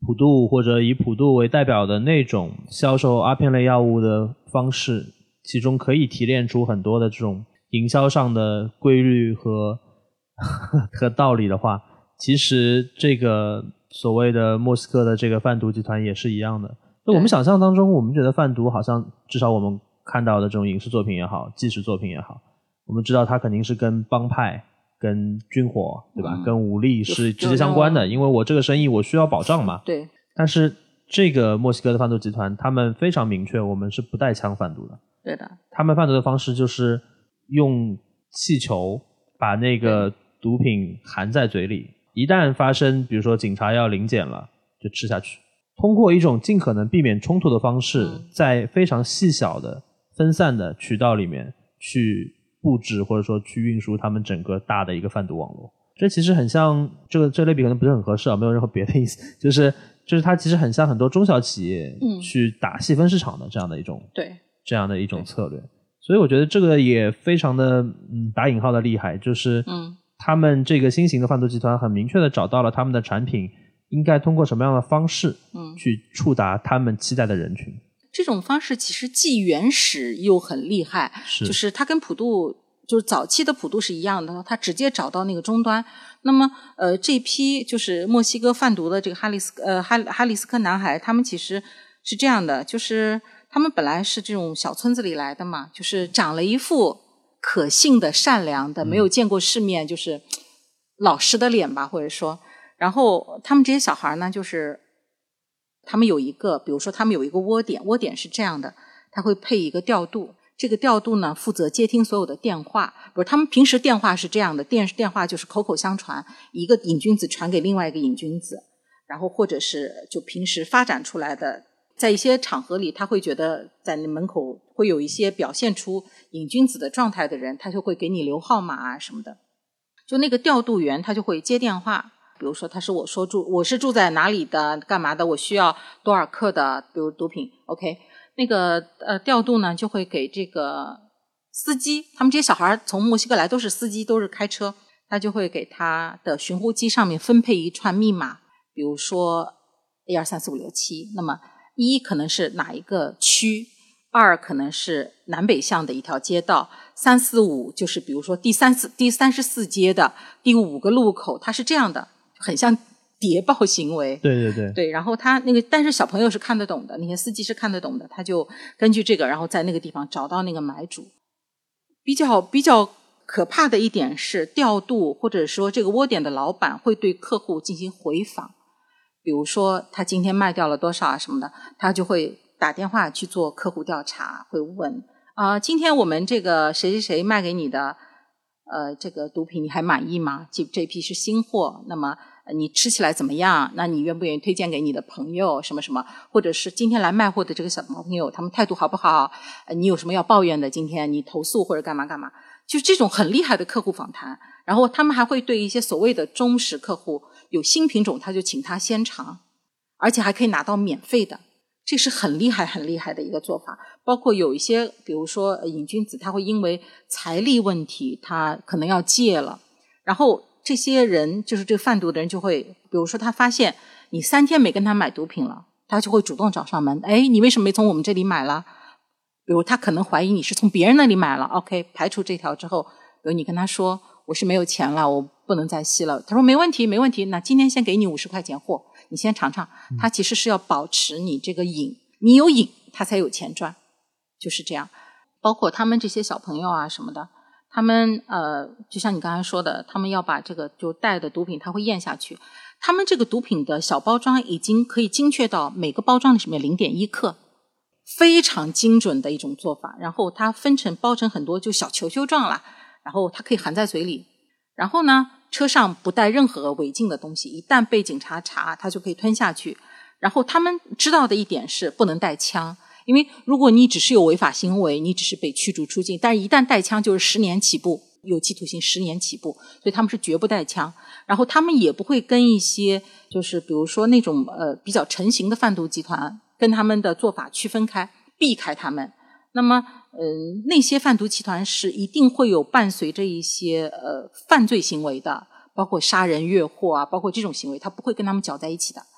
普渡或者以普渡为代表的那种销售阿片类药物的方式，其中可以提炼出很多的这种营销上的规律和和道理的话，其实这个所谓的莫斯科的这个贩毒集团也是一样的。就我们想象当中，我们觉得贩毒好像至少我们看到的这种影视作品也好，纪实作品也好，我们知道它肯定是跟帮派跟军火对吧、嗯、跟武力是直接相关的，因为我这个生意我需要保障嘛。 对。 但是这个墨西哥的贩毒集团他们非常明确，我们是不带枪贩毒的。 对的。他们贩毒的方式就是用气球把那个毒品含在嘴里，一旦发生比如说警察要临检了就吃下去，通过一种尽可能避免冲突的方式、嗯、在非常细小的分散的渠道里面去布置或者说去运输他们整个大的一个贩毒网络。这其实很像，这个这个类比可能不是很合适啊，没有任何别的意思，就是就是它其实很像很多中小企业去打细分市场的这样的一种、嗯、对这样的一种策略。所以我觉得这个也非常的嗯打引号的厉害，就是嗯他们这个新型的贩毒集团很明确的找到了他们的产品应该通过什么样的方式嗯去触达他们期待的人群。 这种方式其实既原始又很厉害，是就是它跟普渡就是早期的普渡是一样的，它直接找到那个终端。那么呃这批就是墨西哥贩毒的这个哈里斯呃哈哈里斯科男孩，他们其实是这样的，就是他们本来是这种小村子里来的嘛，就是长了一副可信的善良的、嗯、没有见过世面就是老实的脸吧，或者说然后他们这些小孩呢，就是他们有一个比如说他们有一个窝点，窝点是这样的，他会配一个调度，这个调度呢负责接听所有的电话，比如他们平时电话是这样的，电电话就是口口相传，一个瘾君子传给另外一个瘾君子，然后或者是就平时发展出来的，在一些场合里他会觉得在你门口会有一些表现出瘾君子的状态的人，他就会给你留号码啊什么的，就那个调度员他就会接电话，比如说他是我说住我是住在哪里的干嘛的，我需要多少克的比如毒品 OK， 那个呃调度呢就会给这个司机，他们这些小孩从墨西哥来都是司机，都是开车，他就会给他的寻呼机上面分配一串密码，比如说一二三四五六七，那么一可能是哪一个区，二可能是南北向的一条街道，三四五就是比如说第三四第三十四街的第五个路口，它是这样的，很像谍报行为。 对对对对，然后他那个但是小朋友是看得懂的，那些司机是看得懂的，他就根据这个然后在那个地方找到那个买主。比较比较可怕的一点是调度或者说这个窝点的老板会对客户进行回访，比如说他今天卖掉了多少啊什么的，他就会打电话去做客户调查，会问啊、呃，今天我们这个谁谁谁卖给你的呃这个毒品你还满意吗？这这批是新货，那么你吃起来怎么样？那你愿不愿意推荐给你的朋友什么什么？或者是今天来卖货的这个小朋友他们态度好不好？呃你有什么要抱怨的？今天你投诉或者干嘛干嘛？就这种很厉害的客户访谈，然后他们还会对一些所谓的忠实客户，有新品种他就请他先尝，而且还可以拿到免费的，这是很厉害很厉害的一个做法。包括有一些比如说瘾君子，他会因为财力问题他可能要戒了，然后这些人就是这个贩毒的人就会比如说他发现你三天没跟他买毒品了，他就会主动找上门，哎，你为什么没从我们这里买了？比如他可能怀疑你是从别人那里买了 OK， 排除这条之后，比如你跟他说我是没有钱了，我不能再吸了，他说没问题没问题，那今天先给你五十块钱货，你先尝尝。他其实是要保持你这个瘾，你有瘾他才有钱赚，就是这样。包括他们这些小朋友啊什么的，他们呃，就像你刚才说的，他们要把这个就带的毒品他会咽下去，他们这个毒品的小包装已经可以精确到每个包装里面 零点一克，非常精准的一种做法，然后它分成包成很多就小球球状了，然后它可以含在嘴里，然后呢车上不带任何违禁的东西，一旦被警察查它就可以吞下去。然后他们知道的一点是不能带枪，因为如果你只是有违法行为，你只是被驱逐出境，但是一旦带枪就是十年起步，有期徒刑十年起步，所以他们是绝不带枪。然后他们也不会跟一些就是比如说那种呃比较成型的贩毒集团跟他们的做法区分开，避开他们。那么呃那些贩毒集团是一定会有伴随着一些呃犯罪行为的，包括杀人越货啊，包括这种行为，他不会跟他们搅在一起的，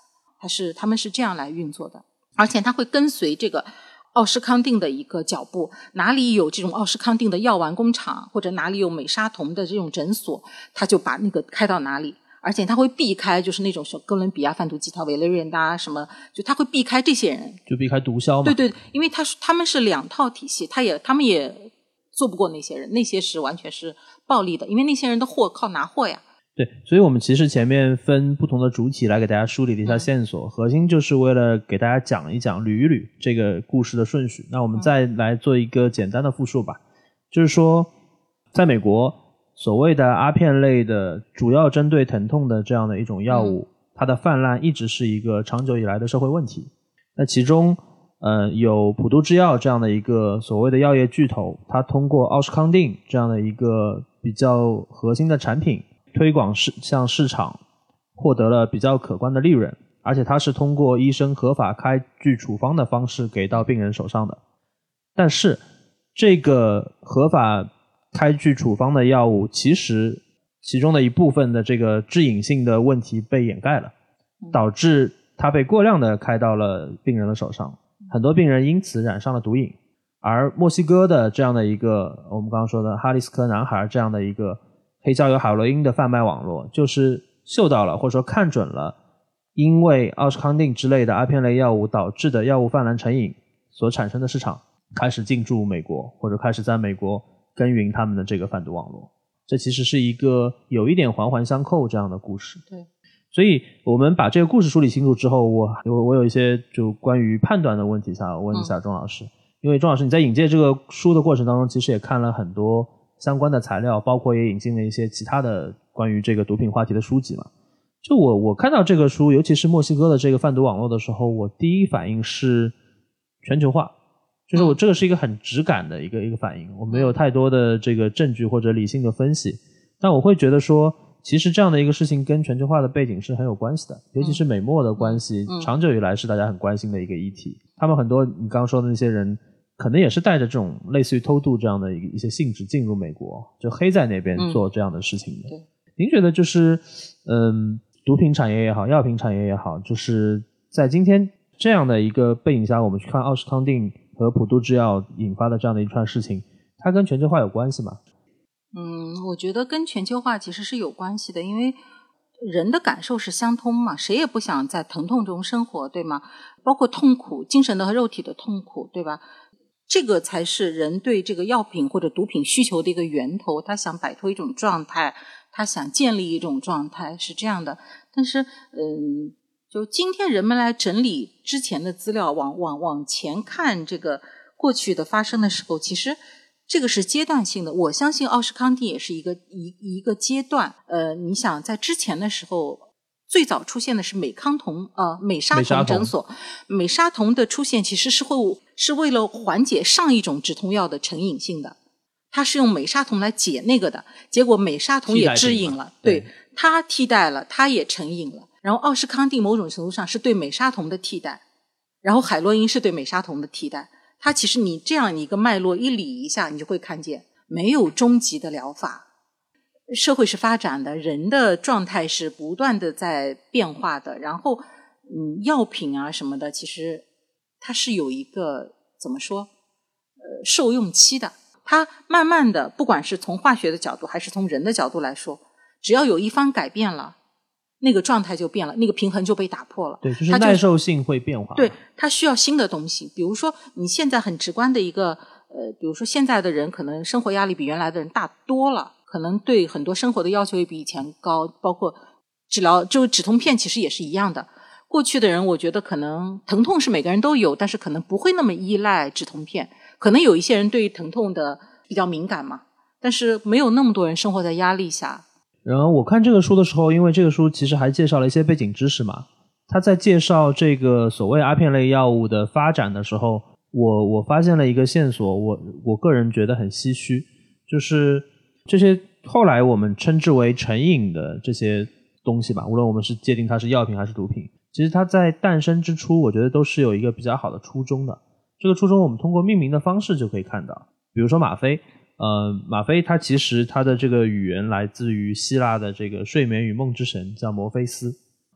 它是他们是这样来运作的，而且它会跟随这个奥施康定的一个脚步，哪里有这种奥施康定的药丸工厂，或者哪里有美沙酮的这种诊所，他就把那个开到哪里，而且他会避开就是那种哥伦比亚贩毒集团、委内瑞拉什么，就他会避开这些人， 就避开毒枭嘛。 对对，因为他他们是两套体系，他也他们也做不过那些人，那些是完全是暴力的，因为那些人的货靠拿货呀。 对，所以我们其实前面分不同的主体来给大家梳理了一下线索，嗯、核心就是为了给大家讲一讲、捋一捋这个故事的顺序。那我们再来做一个简单的复述吧，嗯、就是说，在美国，所谓的阿片类的主要针对疼痛的这样的一种药物，嗯、它的泛滥一直是一个长久以来的社会问题。那其中，呃，有普渡制药这样的一个所谓的药业巨头，它通过奥施康定这样的一个比较核心的产品，推广市向市场获得了比较可观的利润，而且它是通过医生合法开具处方的方式给到病人手上的。但是这个合法开具处方的药物，其实其中的一部分的这个致瘾性的问题被掩盖了，导致它被过量的开到了病人的手上，很多病人因此染上了毒瘾。而墨西哥的这样的一个我们刚刚说的哈里斯科男孩这样的一个黑胶有海洛因的贩卖网络，就是嗅到了或者说看准了因为奥施康定之类的阿片类药物导致的药物泛滥成瘾所产生的市场，开始进驻美国，或者开始在美国耕耘他们的这个贩毒网络。这其实是一个有一点环环相扣这样的故事。 对， 所以我们把这个故事梳理清楚之后，我我我有一些就关于判断的问题想问一下钟老师。嗯、因为钟老师你在引介这个书的过程当中，其实也看了很多相关的材料，包括也引进了一些其他的关于这个毒品话题的书籍嘛。就我我看到这个书，尤其是墨西哥的这个贩毒网络的时候，我第一反应是全球化，就是我这个是一个很直感的一个一个反应，我没有太多的这个证据或者理性的分析，但我会觉得说，其实这样的一个事情跟全球化的背景是很有关系的，尤其是美墨的关系， 嗯、 长久以来是大家很关心的一个议题。他们很多你刚刚说的那些人，可能也是带着这种类似于偷渡这样的一些性质进入美国，就黑在那边做这样的事情的。 嗯、 您觉得就是嗯，毒品产业也好，药品产业也好，就是在今天这样的一个背景下，我们去看奥施康定和普渡制药引发的这样的一串事情，它跟全球化有关系吗？ 嗯，我觉得跟全球化其实是有关系的，因为人的感受是相通嘛，谁也不想在疼痛中生活，对吗？包括痛苦，精神的和肉体的痛苦，对吧？这个才是人对这个药品或者毒品需求的一个源头，他想摆脱一种状态，他想建立一种状态，是这样的。但是嗯，就今天人们来整理之前的资料，往往往前看这个过去的发生的时候，其实这个是阶段性的。我相信奥施康定也是一个一一个阶段。呃，你想在之前的时候，最早出现的是美康酮呃美沙酮诊所，美沙酮的出现其实是会是为了缓解上一种止痛药的成瘾性的，它是用美沙酮来解那个的，结果美沙酮也致瘾了，对，对，它替代了，它也成瘾了。然后奥施康定某种程度上是对美沙酮的替代，然后海洛因是对美沙酮的替代。它其实你这样一个脉络一理一下，你就会看见没有终极的疗法。社会是发展的，人的状态是不断的在变化的，然后嗯，药品啊什么的，其实它是有一个怎么说呃受用期的。它慢慢的，不管是从化学的角度还是从人的角度来说，只要有一方改变了，那个状态就变了，那个平衡就被打破了。 对，就是耐受性会变化。 对，它需要新的东西。比如说你现在很直观的一个呃，比如说现在的人可能生活压力比原来的人大多了，可能对很多生活的要求也比以前高，包括治疗就止痛片其实也是一样的。过去的人我觉得可能疼痛是每个人都有，但是可能不会那么依赖止痛片，可能有一些人对于疼痛的比较敏感嘛，但是没有那么多人生活在压力下。 然后我看这个书的时候，因为这个书其实还介绍了一些背景知识嘛，他在介绍这个所谓阿片类药物的发展的时候，我我发现了一个线索，我我个人觉得很唏嘘，就是这些后来我们称之为成瘾的这些东西吧，无论我们是界定它是药品还是毒品，其实它在诞生之初我觉得都是有一个比较好的初衷的。这个初衷我们通过命名的方式就可以看到，比如说吗啡，呃，吗啡它其实它的这个语言来自于希腊的这个睡眠与梦之神叫摩菲斯，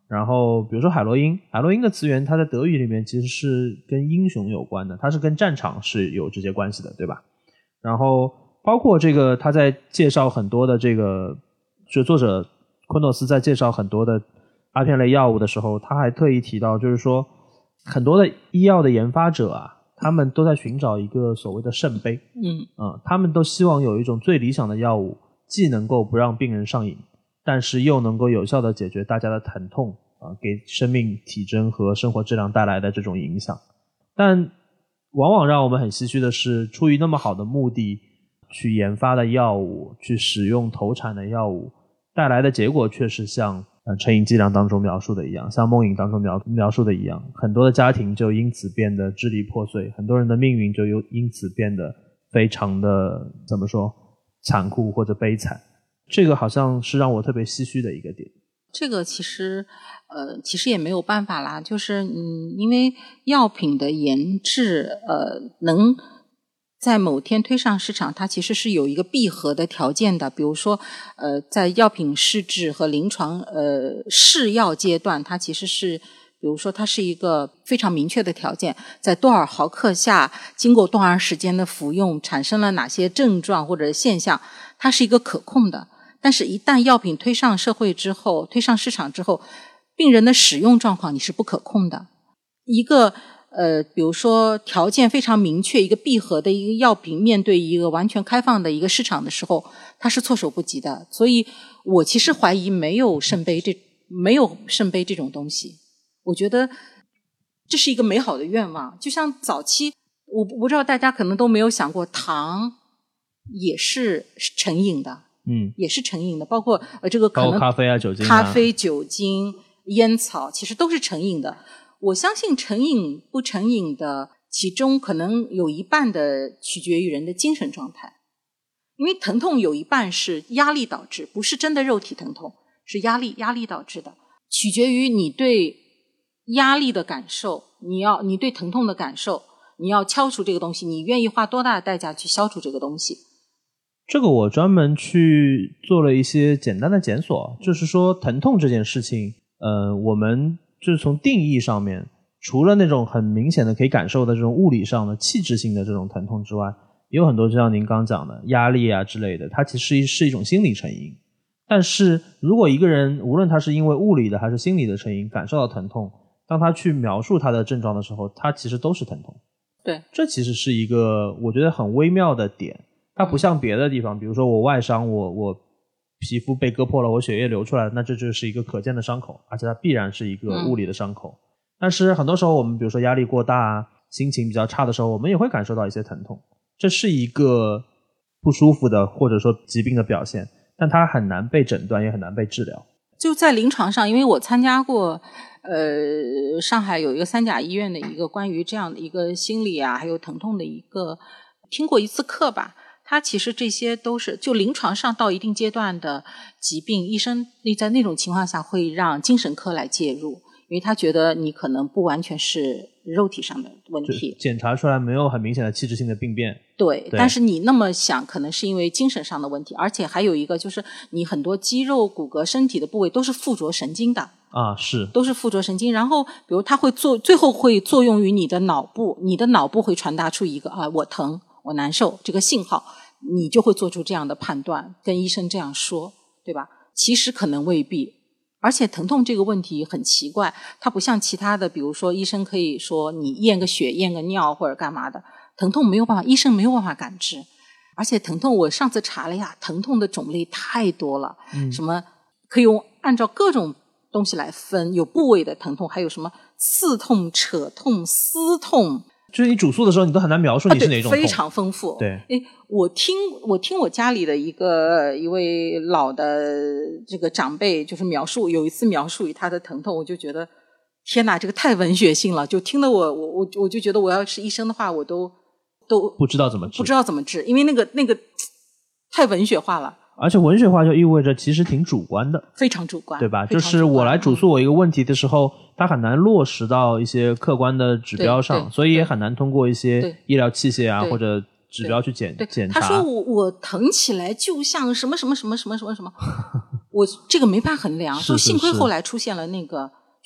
然后比如说海洛因，海洛因的词源它在德语里面其实是跟英雄有关的，它是跟战场是有直接关系的，对吧？然后包括这个他在介绍很多的这个，就作者昆诺斯在介绍很多的阿片类药物的时候，他还特意提到，就是说很多的医药的研发者啊，他们都在寻找一个所谓的圣杯， 嗯嗯，他们都希望有一种最理想的药物，既能够不让病人上瘾，但是又能够有效地解决大家的疼痛啊，给生命体征和生活质量带来的这种影响。但往往让我们很唏嘘的是，出于那么好的目的去研发的药物，去使用投产的药物，带来的结果却是像呃成瘾剂量当中描述的一样，像梦影当中描描述的一样，很多的家庭就因此变得支离破碎，很多人的命运就因此变得非常的怎么说残酷或者悲惨。这个好像是让我特别唏嘘的一个点。 这个其实呃其实也没有办法啦，就是嗯因为药品的研制呃能在某天推上市场，它其实是有一个闭合的条件的。比如说呃在药品试制和临床呃试药阶段，它其实是比如说它是一个非常明确的条件，在多少毫克下经过多长时间的服用产生了哪些症状或者现象，它是一个可控的。但是一旦药品推上社会之后，推上市场之后，病人的使用状况你是不可控的。一个呃，比如说条件非常明确，一个闭合的一个药品面对一个完全开放的一个市场的时候，它是措手不及的。所以我其实怀疑没有圣杯这没有圣杯这种东西。我觉得这是一个美好的愿望，就像早期我不知道大家可能都没有想过，糖也是成瘾的。 嗯， 也是成瘾的，包括呃这个可能包括咖啡啊、酒精啊、 咖啡、酒精、烟草，其实都是成瘾的。我相信成瘾不成瘾的，其中可能有一半的取决于人的精神状态，因为疼痛有一半是压力导致，不是真的肉体疼痛，是压力压力导致的，取决于你对压力的感受，你要你对疼痛的感受，你要消除这个东西，你愿意花多大的代价去消除这个东西。 这个我专门去做了一些简单的检索，就是说疼痛这件事情，呃，我们就是从定义上面，除了那种很明显的可以感受的这种物理上的器质性的这种疼痛之外，也有很多就像您刚讲的压力啊之类的，它其实是一种心理成瘾。但是如果一个人无论他是因为物理的还是心理的成瘾感受到疼痛，当他去描述他的症状的时候，他其实都是疼痛。 对， 这其实是一个我觉得很微妙的点。它不像别的地方，比如说我外伤，我我皮肤被割破了，我血液流出来了，那这就是一个可见的伤口，而且它必然是一个物理的伤口。嗯、但是很多时候我们比如说压力过大啊，心情比较差的时候，我们也会感受到一些疼痛，这是一个不舒服的或者说疾病的表现，但它很难被诊断，也很难被治疗。 就在临床上，因为我参加过呃上海有一个三甲医院的一个关于这样的一个心理啊还有疼痛的一个听过一次课吧，它其实这些都是就临床上到一定阶段的疾病，医生在那种情况下会让精神科来介入，因为他觉得你可能不完全是肉体上的问题， 检查出来没有很明显的器质性的病变。 对, 对， 但是你那么想可能是因为精神上的问题，而且还有一个就是你很多肌肉骨骼身体的部位都是附着神经的啊，是都是附着神经，然后比如它会做最后会作用于你的脑部，你的脑部会传达出一个啊我疼我难受这个信号，你就会做出这样的判断，跟医生这样说，对吧？其实可能未必。而且疼痛这个问题很奇怪，它不像其他的，比如说医生可以说你验个血验个尿或者干嘛的，疼痛没有办法，医生没有办法感知。而且疼痛我上次查了呀，疼痛的种类太多了，嗯、什么可以用按照各种东西来分，有部位的疼痛，还有什么刺痛、扯痛、撕痛， 就是你主诉的时候你都很难描述你是哪种痛、 啊、非常丰富。 对， 诶我听我听我家里的一个一位老的这个长辈就是描述，有一次描述他的疼痛，我就觉得天哪，这个太文学性了，就听得我我我我就觉得我要是医生的话，我都都不知道怎么治， 不知道怎么治，因为那个那个太文学化了。 而且文学化就意味着其实挺主观的， 非常主观， 对吧？就是我来主诉我一个问题的时候，它很难落实到一些客观的指标上，所以也很难通过一些医疗器械啊或者指标去检检查。 他说我我疼起来就像什么什么什么什么什么什么，我这个没法衡量。 是是是， 幸亏后来出现了那个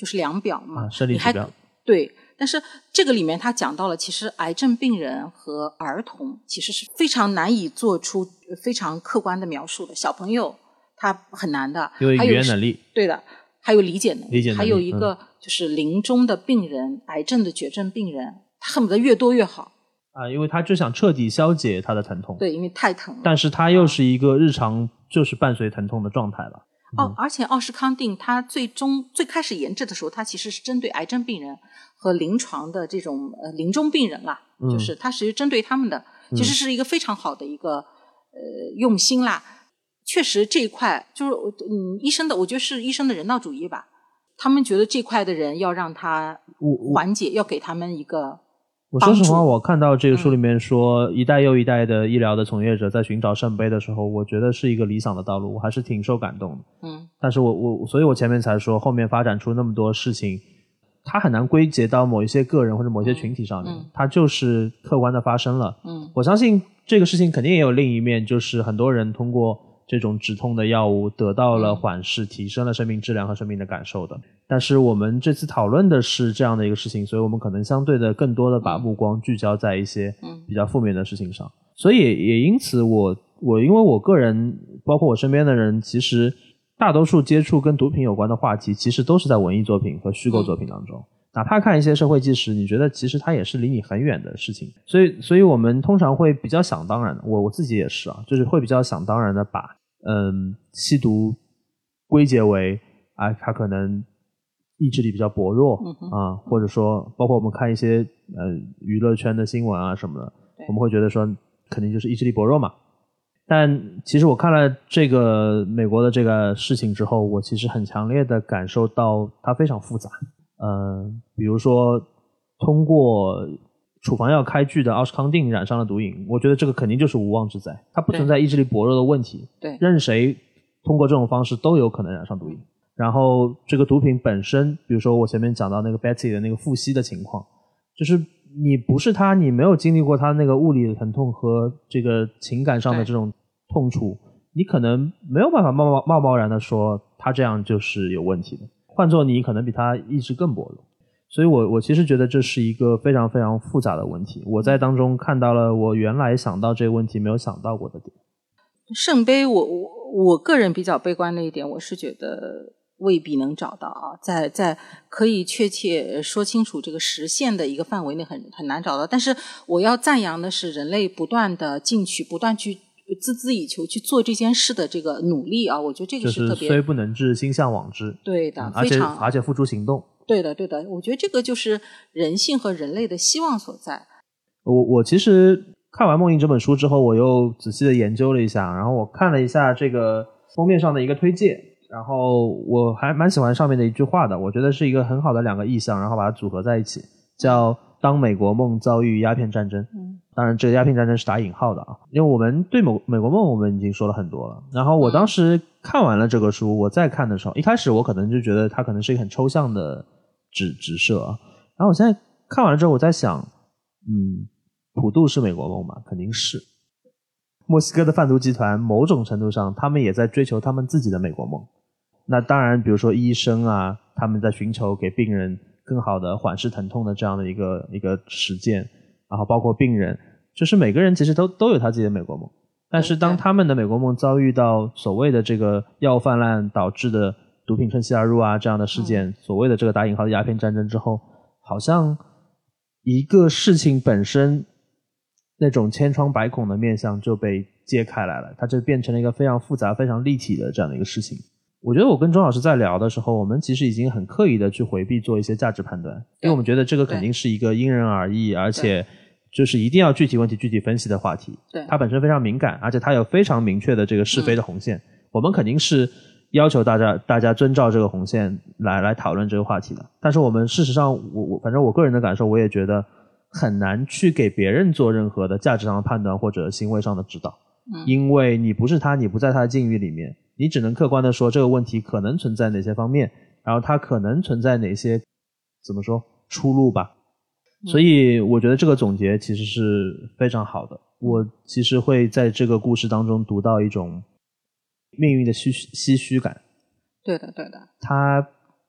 就是量表嘛， 啊、生理指标。 对，但是这个里面他讲到了，其实癌症病人和儿童其实是非常难以做出非常客观的描述的。小朋友他很难的， 因为语言能力， 对的，还有理解能力， 理解能力还有一个就是临终的病人、嗯、癌症的绝症病人，他恨不得越多越好啊，因为他就想彻底消解他的疼痛。 对，因为太疼了。 但是他又是一个日常就是伴随疼痛的状态了。 哦，而且奥施康定他最终最开始研制的时候，他其实是针对癌症病人和临床的这种呃临终病人啦，嗯、就是他是针对他们的，其实是一个非常好的一个呃用心啦。确实这一块就是嗯医生的，我觉得是医生的人道主义吧。他们觉得这块的人要让他缓解，要给他们一个。 我说实话，我看到这个书里面说、嗯、一代又一代的医疗的从业者在寻找圣杯的时候，我觉得是一个理想的道路，我还是挺受感动的。 嗯， 但是我我所以我前面才说后面发展出那么多事情，它很难归结到某一些个人或者某一些群体上面、嗯、它就是客观的发生了。 嗯， 我相信这个事情肯定也有另一面，就是很多人通过这种止痛的药物得到了缓释、嗯、提升了生命质量和生命的感受的。但是我们这次讨论的是这样的一个事情，所以我们可能相对的更多的把目光聚焦在一些比较负面的事情上。所以也因此我我因为我个人包括我身边的人，其实大多数接触跟毒品有关的话题其实都是在文艺作品和虚构作品当中、嗯、哪怕看一些社会纪实，你觉得其实它也是离你很远的事情。所以所以我们通常会比较想当然的，我我自己也是啊，就是会比较想当然的把嗯吸毒归结为啊它可能意志力比较薄弱、嗯、啊，或者说包括我们看一些呃娱乐圈的新闻啊什么的，我们会觉得说肯定就是意志力薄弱嘛。但其实我看了这个美国的这个事情之后，我其实很强烈的感受到它非常复杂。呃，比如说通过处方药开具的奥施康定染上了毒瘾，我觉得这个肯定就是无妄之灾，它不存在意志力薄弱的问题。 对， 任谁通过这种方式都有可能染上毒瘾。然后这个毒品本身，比如说我前面讲到那个 Betsy 的那个腹吸的情况，就是你不是他，你没有经历过他那个物理的疼痛和这个情感上的这种痛楚，你可能没有办法贸贸贸贸然的说他这样就是有问题的。换做你可能比他意志更薄弱。所以我我其实觉得这是一个非常非常复杂的问题。我在当中看到了我原来想到这个问题没有想到过的点。 圣杯我我我个人比较悲观的一点，我是觉得未必能找到啊，在在可以确切说清楚这个实现的一个范围内很很难找到。但是我要赞扬的是人类不断的进取，不断去孜孜以求去做这件事的这个努力啊，我觉得这个是特别、 就是虽不能至，心向往之。 对的， 嗯、而且非常而且付诸行动。 对的对的，我觉得这个就是人性和人类的希望所在。 我我其实看完《梦影》这本书之后，我又仔细的研究了一下，然后我看了一下这个封面上的一个推荐，然后我还蛮喜欢上面的一句话的，我觉得是一个很好的两个意象，然后把它组合在一起，叫当美国梦遭遇鸦片战争。嗯，当然这个鸦片战争是打引号的啊，因为我们对美美国梦我们已经说了很多了。然后我当时看完了这个书，我再看的时候，一开始我可能就觉得它可能是一个很抽象的指指涉啊，然后我现在看完了之后，我在想，嗯，普渡是美国梦吗？肯定是。墨西哥的贩毒集团某种程度上他们也在追求他们自己的美国梦。那当然比如说医生啊，他们在寻求给病人更好的缓释疼痛的这样的一个一个实践，然后包括病人，就是每个人其实都都有他自己的美国梦。但是当他们的美国梦遭遇到所谓的这个药物泛滥导致的毒品趁虚而入啊这样的事件、嗯、所谓的这个打引号的鸦片战争之后，好像一个事情本身那种千疮百孔的面向就被揭开来了，它就变成了一个非常复杂非常立体的这样的一个事情。我觉得我跟钟老师在聊的时候，我们其实已经很刻意的去回避做一些价值判断，因为我们觉得这个肯定是一个因人而异，而且就是一定要具体问题具体分析的话题。对，它本身非常敏感，而且它有非常明确的这个是非的红线、嗯、我们肯定是要求大家大家遵照这个红线来来讨论这个话题的。但是我们事实上我我反正我个人的感受，我也觉得很难去给别人做任何的价值上的判断或者行为上的指导、嗯、因为你不是他，你不在他的境遇里面，你只能客观的说这个问题可能存在哪些方面，然后它可能存在哪些怎么说出路吧。所以我觉得这个总结其实是非常好的。我其实会在这个故事当中读到一种命运的唏唏嘘感。 对的对的， 它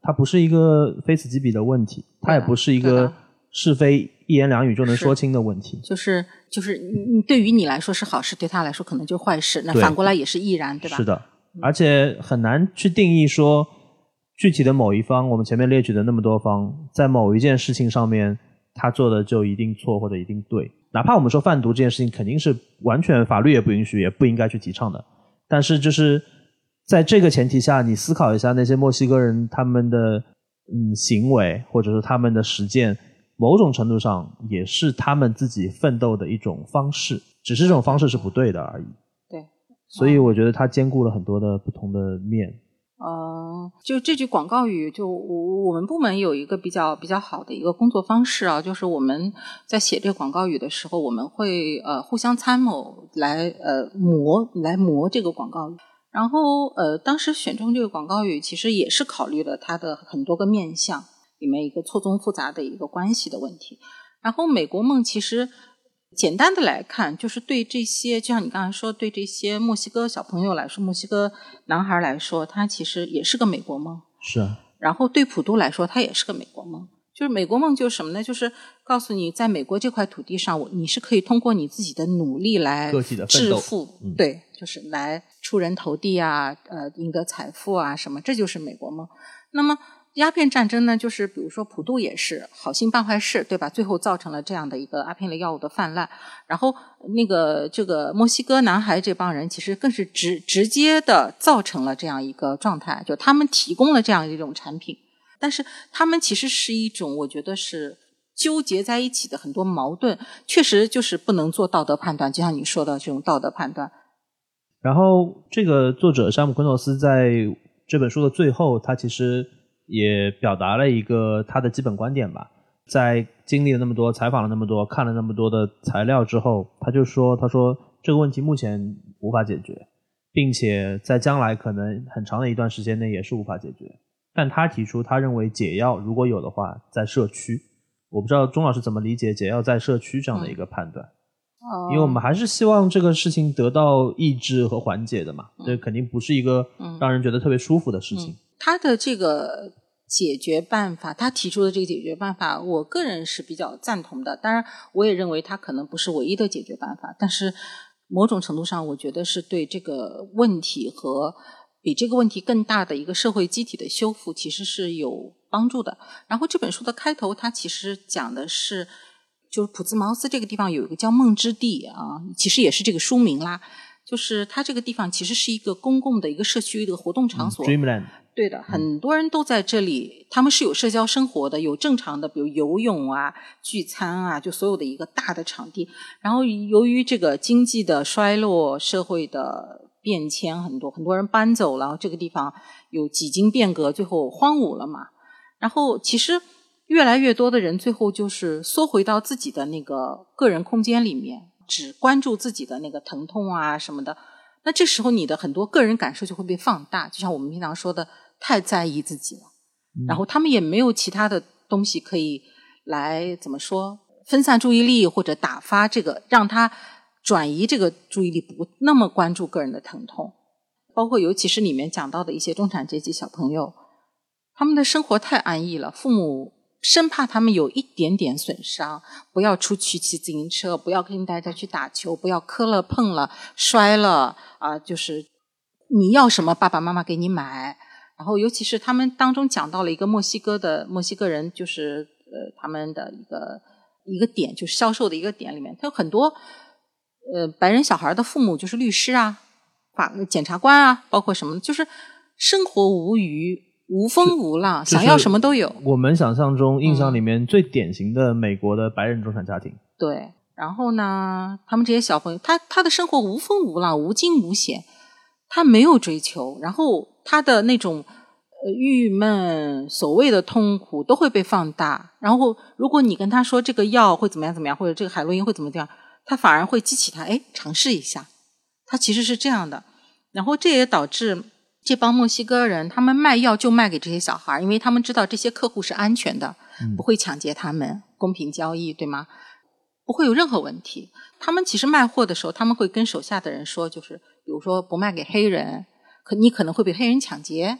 它不是一个非此即彼的问题，它也不是一个是非一言两语就能说清的问题。 就是就是你对于你来说是好事，对他来说可能就是坏事，那反过来也是亦然，对吧？ 是的，而且很难去定义说具体的某一方，我们前面列举的那么多方，在某一件事情上面他做的就一定错或者一定对。哪怕我们说贩毒这件事情肯定是完全法律也不允许也不应该去提倡的，但是就是在这个前提下，你思考一下那些墨西哥人他们的嗯行为或者是他们的实践，某种程度上也是他们自己奋斗的一种方式，只是这种方式是不对的而已。 对， 所以我觉得它兼顾了很多的不同的面。 呃，就这句广告语，就我我们部门有一个比较比较好的一个工作方式啊，就是我们在写这个广告语的时候，我们会呃互相参谋来呃磨来磨这个广告语。然后呃，当时选中这个广告语，其实也是考虑了它的很多个面向里面一个错综复杂的一个关系的问题。然后美国梦其实简单的来看，就是对这些，就像你刚才说，对这些墨西哥小朋友来说，墨西哥男孩来说，他其实也是个美国梦。 是啊。 然后对普渡来说，他也是个美国梦。就是美国梦就是什么呢？就是告诉你，在美国这块土地上，我你是可以通过你自己的努力来致富， 嗯、 对，就是来出人头地啊，呃，赢得财富啊，什么，这就是美国梦。那么鸦片战争呢，就是比如说普渡也是好心办坏事，对吧？最后造成了这样的一个阿片类药物的泛滥。然后那个这个墨西哥男孩这帮人，其实更是直直接的造成了这样一个状态，就他们提供了这样一种产品。但是他们其实是一种我觉得是纠结在一起的很多矛盾，确实就是不能做道德判断，就像你说的这种道德判断。 然后这个作者山姆昆诺斯在这本书的最后，他其实也表达了一个他的基本观点吧。在经历了那么多，采访了那么多，看了那么多的材料之后，他就说他说这个问题目前无法解决，并且在将来可能很长的一段时间内也是无法解决。但他提出他认为解药如果有的话在社区，我不知道钟老师怎么理解解药在社区这样的一个判断、嗯、因为我们还是希望这个事情得到抑制和缓解的嘛，这、嗯、肯定不是一个让人觉得特别舒服的事情、嗯、 他的这个解决办法，他提出的这个解决办法我个人是比较赞同的，当然我也认为他可能不是唯一的解决办法，但是某种程度上我觉得是对这个问题和比这个问题更大的一个社会机体的修复其实是有帮助的。然后这本书的开头它其实讲的是就是普兹茅斯这个地方有一个叫梦之地啊，其实也是这个书名啦，就是它这个地方其实是一个公共的一个社区一个活动场所、 嗯、Dreamland。 对的，很多人都在这里，他们是有社交生活的，有正常的比如游泳啊聚餐啊，就所有的一个大的场地。然后由于这个经济的衰落，社会的变迁很多，很多人搬走了，这个地方有几经变革，最后荒芜了嘛。然后其实越来越多的人最后就是缩回到自己的那个个人空间里面，只关注自己的那个疼痛啊什么的。那这时候你的很多个人感受就会被放大，就像我们平常说的太在意自己了、嗯、然后他们也没有其他的东西可以来怎么说分散注意力或者打发这个让他转移这个注意力，不那么关注个人的疼痛。包括尤其是里面讲到的一些中产阶级小朋友，他们的生活太安逸了，父母生怕他们有一点点损伤，不要出去骑自行车，不要跟大家去打球，不要磕了碰了摔了啊，就是你要什么爸爸妈妈给你买。然后尤其是他们当中讲到了一个墨西哥的墨西哥人，就是呃他们的一个一个点，就是销售的一个点里面，他有很多呃白人小孩的父母就是律师啊法检察官啊，包括什么就是生活无虞无风无浪，想要什么都有。 我们想象中印象里面最典型的美国的白人中产家庭、嗯、 对。然后呢他们这些小朋友他他的生活无风无浪无惊无险，他没有追求，然后他的那种呃郁闷所谓的痛苦都会被放大。然后如果你跟他说这个药会怎么样怎么样，或者这个海洛因会怎么样，他反而会激起他哎尝试一下，他其实是这样的。然后这也导致这帮墨西哥人他们卖药就卖给这些小孩，因为他们知道这些客户是安全的、嗯、不会抢劫他们，公平交易对吗，不会有任何问题。他们其实卖货的时候他们会跟手下的人说，就是比如说不卖给黑人，可你可能会被黑人抢劫，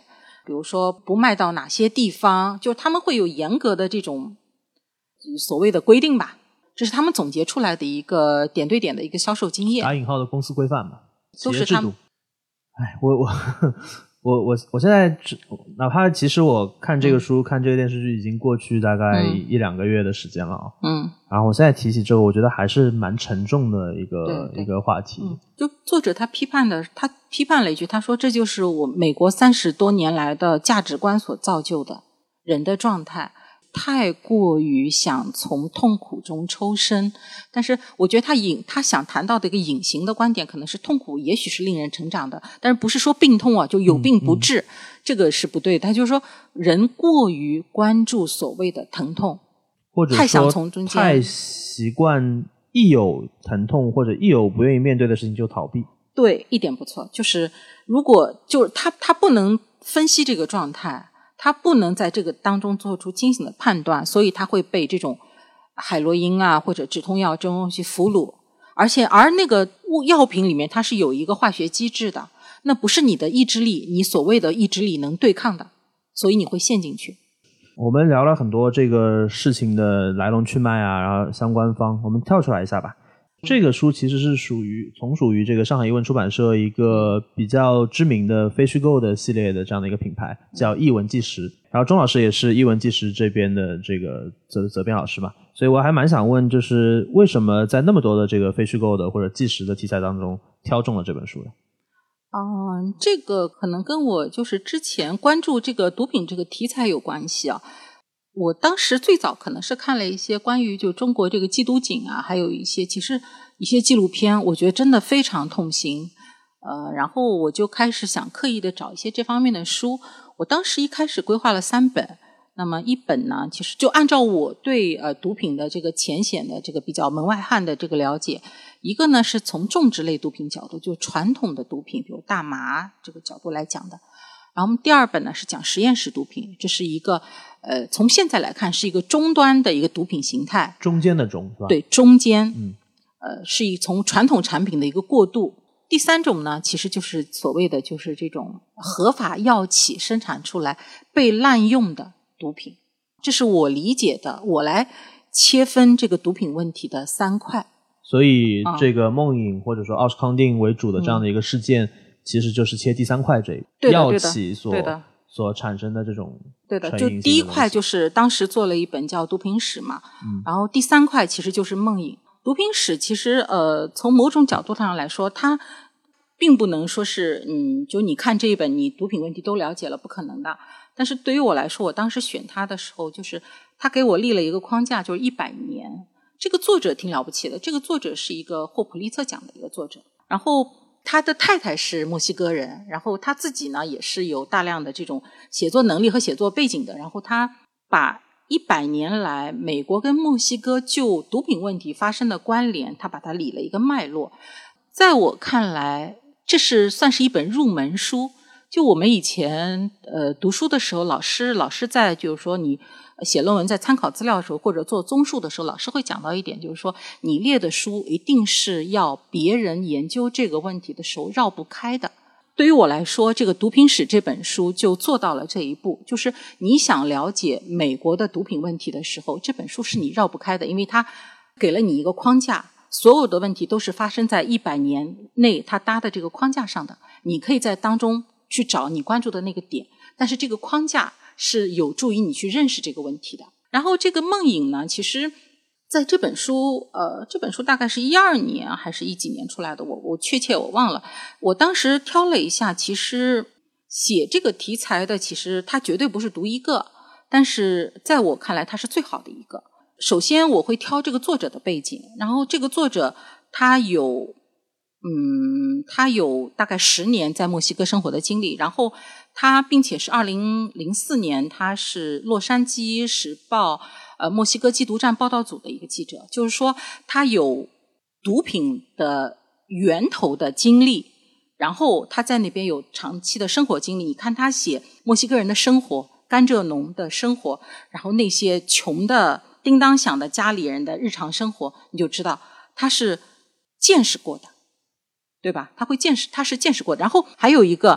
比如说不卖到哪些地方，就他们会有严格的这种所谓的规定吧，这是他们总结出来的一个点对点的一个销售经验， 打引号的公司规范嘛，企业制度。 都是他们。 哎，我我我我我现在哪怕其实我看这个书、嗯、看这个电视剧已经过去大概一、嗯、两个月的时间了啊。嗯。然后我现在提起这个，我觉得还是蛮沉重的一个一个话题。 嗯，就作者他批判的，他批判了一句，他说这就是我美国三十多年来的价值观所造就的人的状态。太过于想从痛苦中抽身，但是我觉得他隐他想谈到的一个隐形的观点，可能是痛苦也许是令人成长的，但是不是说病痛啊，就有病不治，嗯嗯、这个是不对的。他就是说，人过于关注所谓的疼痛， 或者说太想从中间， 太习惯一有疼痛或者一有不愿意面对的事情就逃避。 对，一点不错。就是如果就是他他不能分析这个状态。他不能在这个当中做出清醒的判断，所以他会被这种海洛因啊或者止痛药这种东西俘虏，而且而那个物药品里面它是有一个化学机制的，那不是你的意志力，你所谓的意志力能对抗的，所以你会陷进去。 我们聊了很多这个事情的来龙去脉啊，然后相关方，我们跳出来一下吧。这个书其实是属于从属于这个上海译文出版社一个比较知名的非虚构的系列的这样的一个品牌，叫译文纪实。然后钟老师也是译文纪实这边的这个责责编老师嘛，所以我还蛮想问，就是为什么在那么多的这个非虚构的或者纪实的题材当中挑中了这本书呢？ 嗯，这个可能跟我就是之前关注这个毒品这个题材有关系啊。我当时最早可能是看了一些关于就中国这个缉毒警啊，还有一些其实一些纪录片，我觉得真的非常痛心。呃，然后我就开始想刻意的找一些这方面的书。我当时一开始规划了三本，那么一本呢，其实就按照我对呃毒品的这个浅显的这个比较门外汉的这个了解，一个呢是从种植类毒品角度，就传统的毒品，比如大麻这个角度来讲的。然后第二本呢是讲实验室毒品，这是一个呃从现在来看是一个终端的一个毒品形态， 中间的中是吧？ 对，中间， 嗯， 呃是一从传统产品的一个过渡。第三种呢，其实就是所谓的就是这种合法药企生产出来被滥用的毒品，这是我理解的，我来切分这个毒品问题的三块。 所以这个梦影或者说奥司康定为主的这样的一个事件。嗯，其实就是切第三块这个药企所所产生的这种对的，就第一块就是当时做了一本叫《毒品史》嘛，嗯，然后第三块其实就是梦影。毒品史其实呃从某种角度上来说，它并不能说是嗯，就你看这一本你毒品问题都了解了，不可能的。但是对于我来说，我当时选它的时候，就是他给我立了一个框架，就是一百年。这个作者挺了不起的，这个作者是一个获普利策奖的一个作者，然后他的太太是墨西哥人，然后他自己呢也是有大量的这种写作能力和写作背景的，然后他把一百年来美国跟墨西哥就毒品问题发生的关联，他把它理了一个脉络。在我看来，这是算是一本入门书。就我们以前呃读书的时候，老师老师在就是说你写论文在参考资料的时候，或者做综述的时候，老师会讲到一点，就是说你列的书一定是要别人研究这个问题的时候绕不开的。对于我来说，这个《毒品史》这本书就做到了这一步，就是你想了解美国的毒品问题的时候，这本书是你绕不开的，因为它给了你一个框架，所有的问题都是发生在一百年内它搭的这个框架上的，你可以在当中去找你关注的那个点，但是这个框架是有助于你去认识这个问题的。然后这个梦影呢，其实在这本书呃，这本书大概是一二年还是一几年出来的，我我确切我忘了。我当时挑了一下，其实写这个题材的其实它绝对不是独一个，但是在我看来它是最好的一个。首先我会挑这个作者的背景，然后这个作者他有嗯，他有大概十年在墨西哥生活的经历，然后他并且是二零零四年他是洛杉矶时报呃墨西哥缉毒站报道组的一个记者，就是说他有毒品的源头的经历，然后他在那边有长期的生活经历。你看他写墨西哥人的生活，甘蔗农的生活，然后那些穷的叮当响的家里人的日常生活，你就知道他是见识过的，对吧？他会见识，他是见识过的。然后还有一个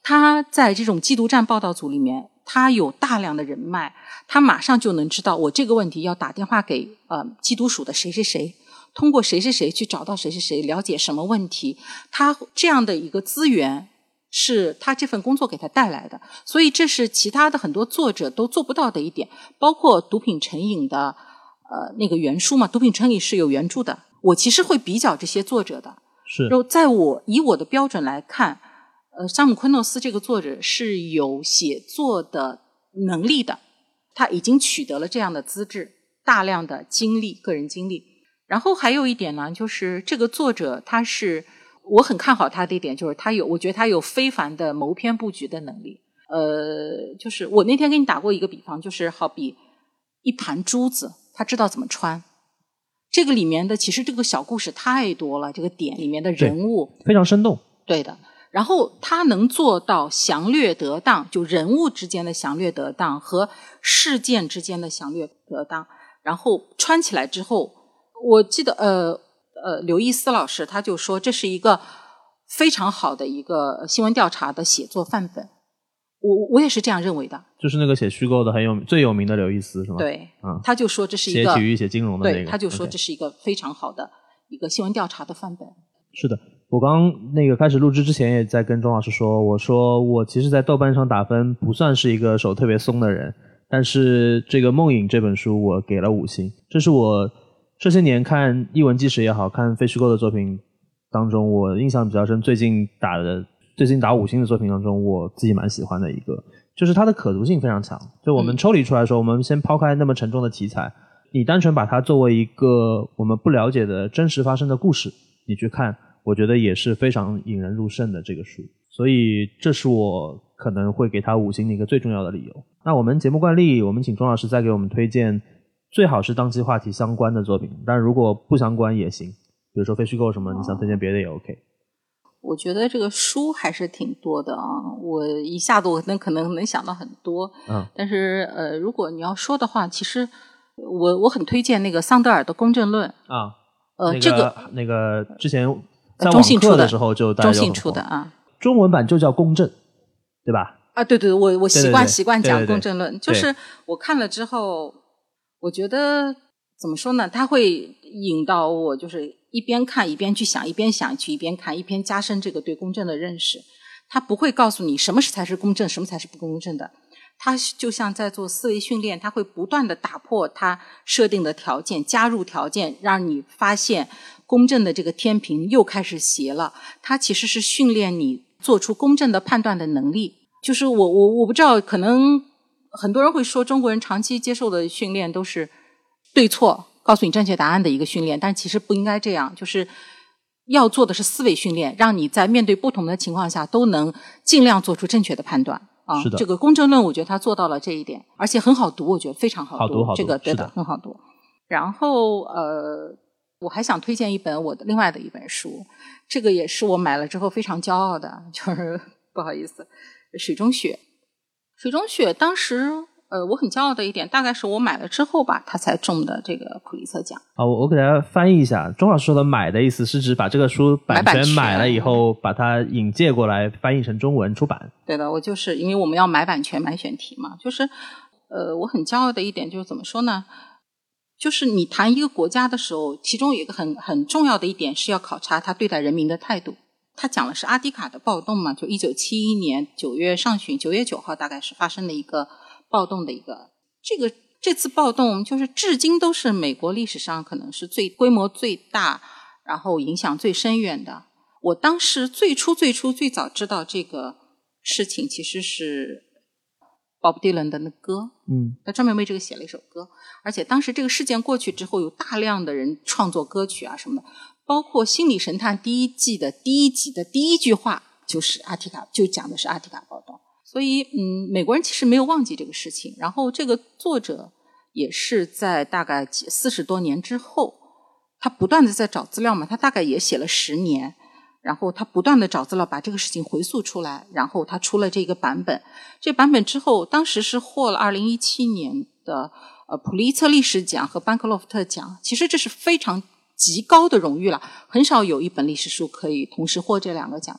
他在这种缉毒站报道组里面，他有大量的人脉，他马上就能知道我这个问题要打电话给呃缉毒署的谁谁谁，通过谁谁谁去找到谁谁谁，了解什么问题。他这样的一个资源是他这份工作给他带来的，所以这是其他的很多作者都做不到的一点。包括毒品成瘾的呃那个原书嘛，毒品成瘾是有原著的，我其实会比较这些作者的。 是， 然后在我以我的标准来看，呃，山姆昆诺斯这个作者是有写作的能力的，他已经取得了这样的资质，大量的经历，个人经历。然后还有一点呢，就是这个作者他是我很看好他的一点，就是他有，我觉得他有非凡的谋篇布局的能力。呃，就是我那天给你打过一个比方，就是好比一盘珠子，他知道怎么穿。这个里面的其实这个小故事太多了，这个点里面的人物非常生动。 对的。然后他能做到详略得当，就人物之间的详略得当和事件之间的详略得当，然后穿起来之后，我记得呃呃刘易斯老师他就说这是一个非常好的一个新闻调查的写作范本。我我也是这样认为的。 就是那个写虚构的很有最有名的刘易斯是吗？ 对， 嗯， 他就说这是一个写体育写金融的那个， 对，他就说 OK 这是一个非常好的一个新闻调查的范本。 是的，我刚那个开始录制之前也在跟钟老师说，我说我其实在豆瓣上打分不算是一个手特别松的人，但是这个《梦影》这本书我给了五星，这是我这些年看译文纪实也好，看非虚构的作品当中我印象比较深，最近打的最近打五星的作品当中我自己蛮喜欢的一个，就是它的可读性非常强。就我们抽离出来说，我们先抛开那么沉重的题材，你单纯把它作为一个我们不了解的真实发生的故事你去看，我觉得也是非常引人入胜的这个书，所以这是我可能会给他五星的一个最重要的理由。那我们节目惯例，我们请钟老师再给我们推荐最好是当期话题相关的作品，但如果不相关也行，比如说非虚构什么，你想推荐别的也 OK。 我觉得这个书还是挺多的啊，我一下子我可能可能能想到很多， 嗯， 但是呃，如果你要说的话，其实我我很推荐那个桑德尔的《公正论》 啊， 呃， 那个、 这个那个之前在中信出的网课的时候就大家中信就很红出的啊， 中文版就叫公正，对吧？ 啊，对对，我我习惯对对对习惯讲对对对公正论，就是我看了之后，我觉得怎么说呢，它会引导我，就是一边看一边去想，一边想去一边看，一边加深这个对公正的认识。它不会告诉你什么是才是公正，什么才是不公正的。它就像在做思维训练，它会不断的打破它设定的条件，加入条件，让你发现公正的这个天平又开始斜了。它其实是训练你做出公正的判断的能力。就是我我我不知道，可能很多人会说中国人长期接受的训练都是对错，告诉你正确答案的一个训练，但其实不应该这样，就是要做的是思维训练，让你在面对不同的情况下都能尽量做出正确的判断啊。 是的， 这个公正论我觉得他做到了这一点，而且很好读，我觉得非常好读， 好读好读这个对的， 是的很好读。然后呃，我还想推荐一本我的另外的一本书，这个也是我买了之后非常骄傲的，就是不好意思，水中雪。水中雪当时呃，我很骄傲的一点，大概是我买了之后吧，他才中的这个普利策奖。 好，我我给大家翻译一下，钟老师说的买的意思是指把这个书版权买了以后，把它引介过来翻译成中文出版。 对的，我就是因为我们要买版权买选题嘛，就是呃，我很骄傲的一点就是怎么说呢？就是你谈一个国家的时候，其中有一个很很重要的一点是要考察他对待人民的态度。他讲的是阿迪卡的暴动嘛，就一九七一年九月上旬，九月九号大概是发生了一个暴动的一个，这个这次暴动就是至今都是美国历史上可能是最规模最大，然后影响最深远的。我当时最初最初最早知道这个事情，其实是鲍勃迪伦的那歌， 嗯， 他专门为这个写了一首歌，而且当时这个事件过去之后，有大量的人创作歌曲啊什么的，包括《心理神探》第一季的第一集的第一句话就是阿提卡，就讲的是阿提卡暴动。所以，嗯，美国人其实没有忘记这个事情。然后，这个作者也是在大概四十多年之后，他不断的在找资料嘛，他大概也写了十年，然后他不断的找资料，把这个事情回溯出来，然后他出了这个版本。这版本之后，当时是获了二零一七年的呃普利策历史奖和班克洛夫特奖。其实这是非常极高的荣誉了，很少有一本历史书可以同时获这两个奖的。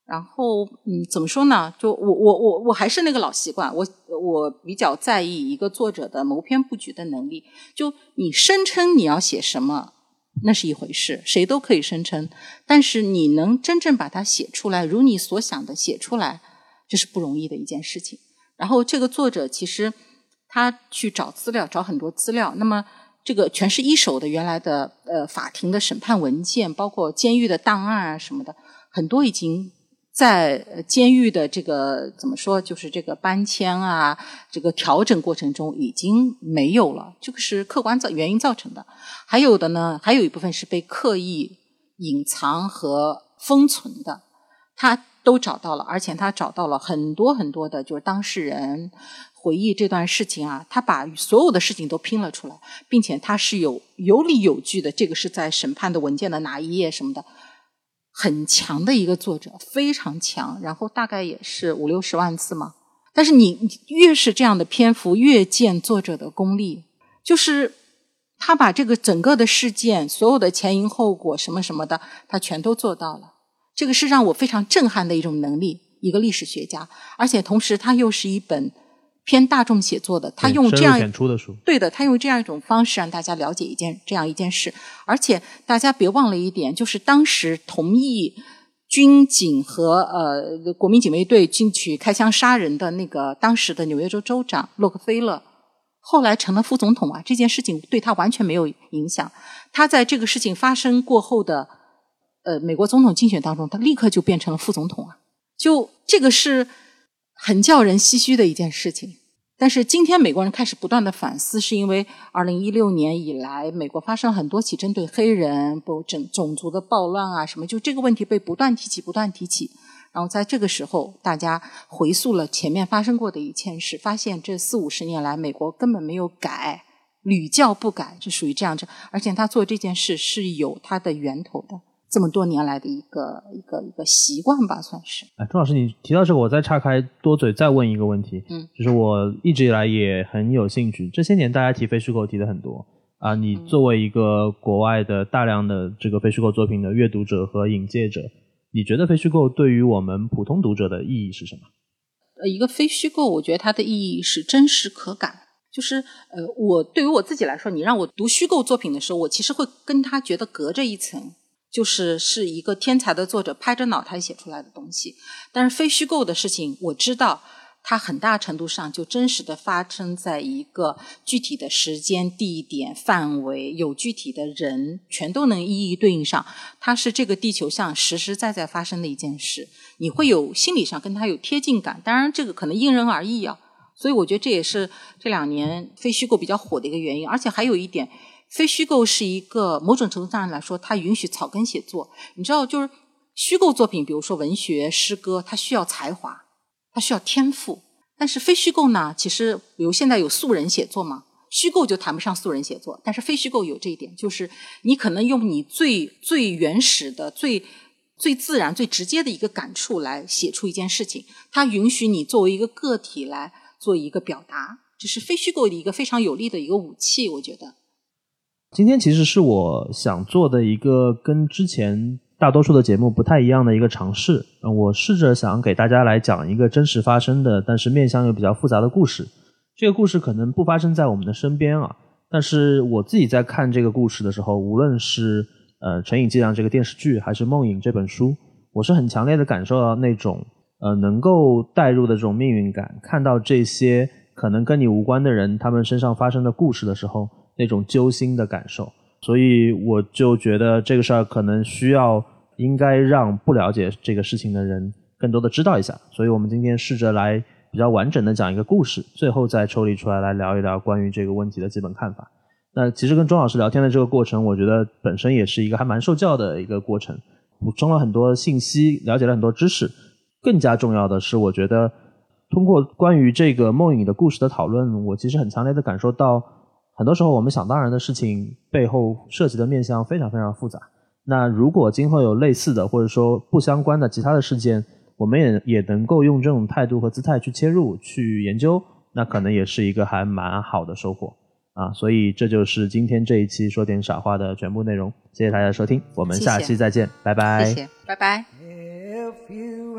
然后嗯，怎么说呢，就我我我我还是那个老习惯，我我比较在意一个作者的谋篇布局的能力。就你声称你要写什么那是一回事，谁都可以声称，但是你能真正把它写出来，如你所想的写出来，这是不容易的一件事情。然后这个作者其实他去找资料，找很多资料，那么这个全是一手的，原来的呃法庭的审判文件，包括监狱的档案啊什么的，很多已经在监狱的这个怎么说，就是这个搬迁啊，这个调整过程中已经没有了，这个是客观造原因造成的。还有的呢，还有一部分是被刻意隐藏和封存的，他都找到了，而且他找到了很多很多的，就是当事人回忆这段事情啊，他把所有的事情都拼了出来，并且他是有有理有据的，这个是在审判的文件的哪一页什么的。很强的一个作者，非常强，然后大概也是五六十万字嘛。但是你越是这样的篇幅，越见作者的功力，就是他把这个整个的事件，所有的前因后果什么什么的，他全都做到了。这个是让我非常震撼的一种能力，一个历史学家，而且同时他又是一本偏大众写作的，他用这样深入浅出的书， 对的，他用这样一种方式让大家了解一件这样一件事。而且大家别忘了一点，就是当时同意军警和呃国民警卫队进去开枪杀人的那个当时的纽约州州长洛克菲勒，后来成了副总统啊，这件事情对他完全没有影响。他在这个事情发生过后的呃美国总统竞选当中，他立刻就变成了副总统啊，就这个是很叫人唏嘘的一件事情。但是今天美国人开始不断的反思，是因为二零一六年以来美国发生了很多起针对黑人不种种族的暴乱啊什么，就这个问题被不断提起不断提起。然后在这个时候大家回溯了前面发生过的一件事，发现这四五十年来美国根本没有改，屡教不改，就属于这样子。而且他做这件事是有他的源头的，这么多年来的一个一个一个习惯吧，算是。 哎，钟老师，你提到这个，我再岔开多嘴再问一个问题， 嗯， 就是我一直以来也很有兴趣，这些年大家提非虚构提的很多啊，你作为一个国外的大量的这个非虚构作品的阅读者和引介者，你觉得非虚构对于我们普通读者的意义是什么？ 呃，一个非虚构，我觉得它的意义是真实可感。就是呃，我对于我自己来说，你让我读虚构作品的时候，我其实会跟他觉得隔着一层。就是是一个天才的作者拍着脑袋写出来的东西，但是非虚构的事情我知道它很大程度上就真实的发生在一个具体的时间地点范围，有具体的人全都能一一对应上，它是这个地球上实实在在发生的一件事，你会有心理上跟它有贴近感，当然这个可能因人而异啊。所以我觉得这也是这两年非虚构比较火的一个原因。而且还有一点，非虚构是一个某种程度上来说它允许草根写作。你知道就是虚构作品比如说文学诗歌，它需要才华，它需要天赋，但是非虚构呢，其实比如现在有素人写作嘛，虚构就谈不上素人写作，但是非虚构有这一点，就是你可能用你最最原始的最最自然最直接的一个感触来写出一件事情，它允许你作为一个个体来做一个表达，这是非虚构的一个非常有力的一个武器。我觉得今天其实是我想做的一个跟之前大多数的节目不太一样的一个尝试，我试着想给大家来讲一个真实发生的但是面向又比较复杂的故事。这个故事可能不发生在我们的身边啊，但是我自己在看这个故事的时候，无论是呃《成瘾剂量》这个电视剧还是《梦影》这本书，我是很强烈的感受到那种呃能够带入的这种命运感，看到这些可能跟你无关的人他们身上发生的故事的时候那种揪心的感受。所以我就觉得这个事儿可能需要应该让不了解这个事情的人更多的知道一下，所以我们今天试着来比较完整的讲一个故事，最后再抽离出来来聊一聊关于这个问题的基本看法。那其实跟钟老师聊天的这个过程，我觉得本身也是一个还蛮受教的一个过程，补充了很多信息，了解了很多知识。更加重要的是，我觉得通过关于这个梦影的故事的讨论，我其实很强烈的感受到很多时候我们想当然的事情背后涉及的面向非常非常复杂。那如果今后有类似的或者说不相关的其他的事件，我们也也能够用这种态度和姿态去切入去研究，那可能也是一个还蛮好的收获啊。所以这就是今天这一期说点傻话的全部内容，谢谢大家的收听，我们下期再见， 谢谢拜拜。 谢谢，拜拜。 If you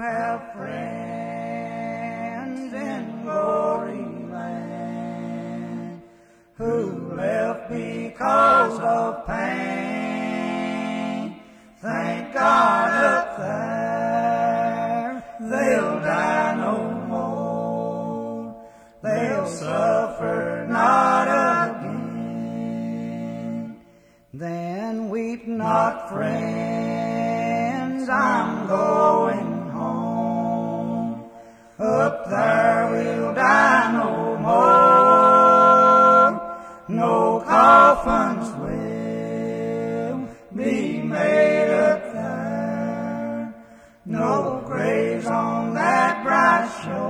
have friends in glory land, who left because of pain. Thank God up there, they'll die no more, they'll suffer not again. Then weep not, friends, I'm going home, up there we'll die no more, no coffins will be made up there, no graves on that bright shore.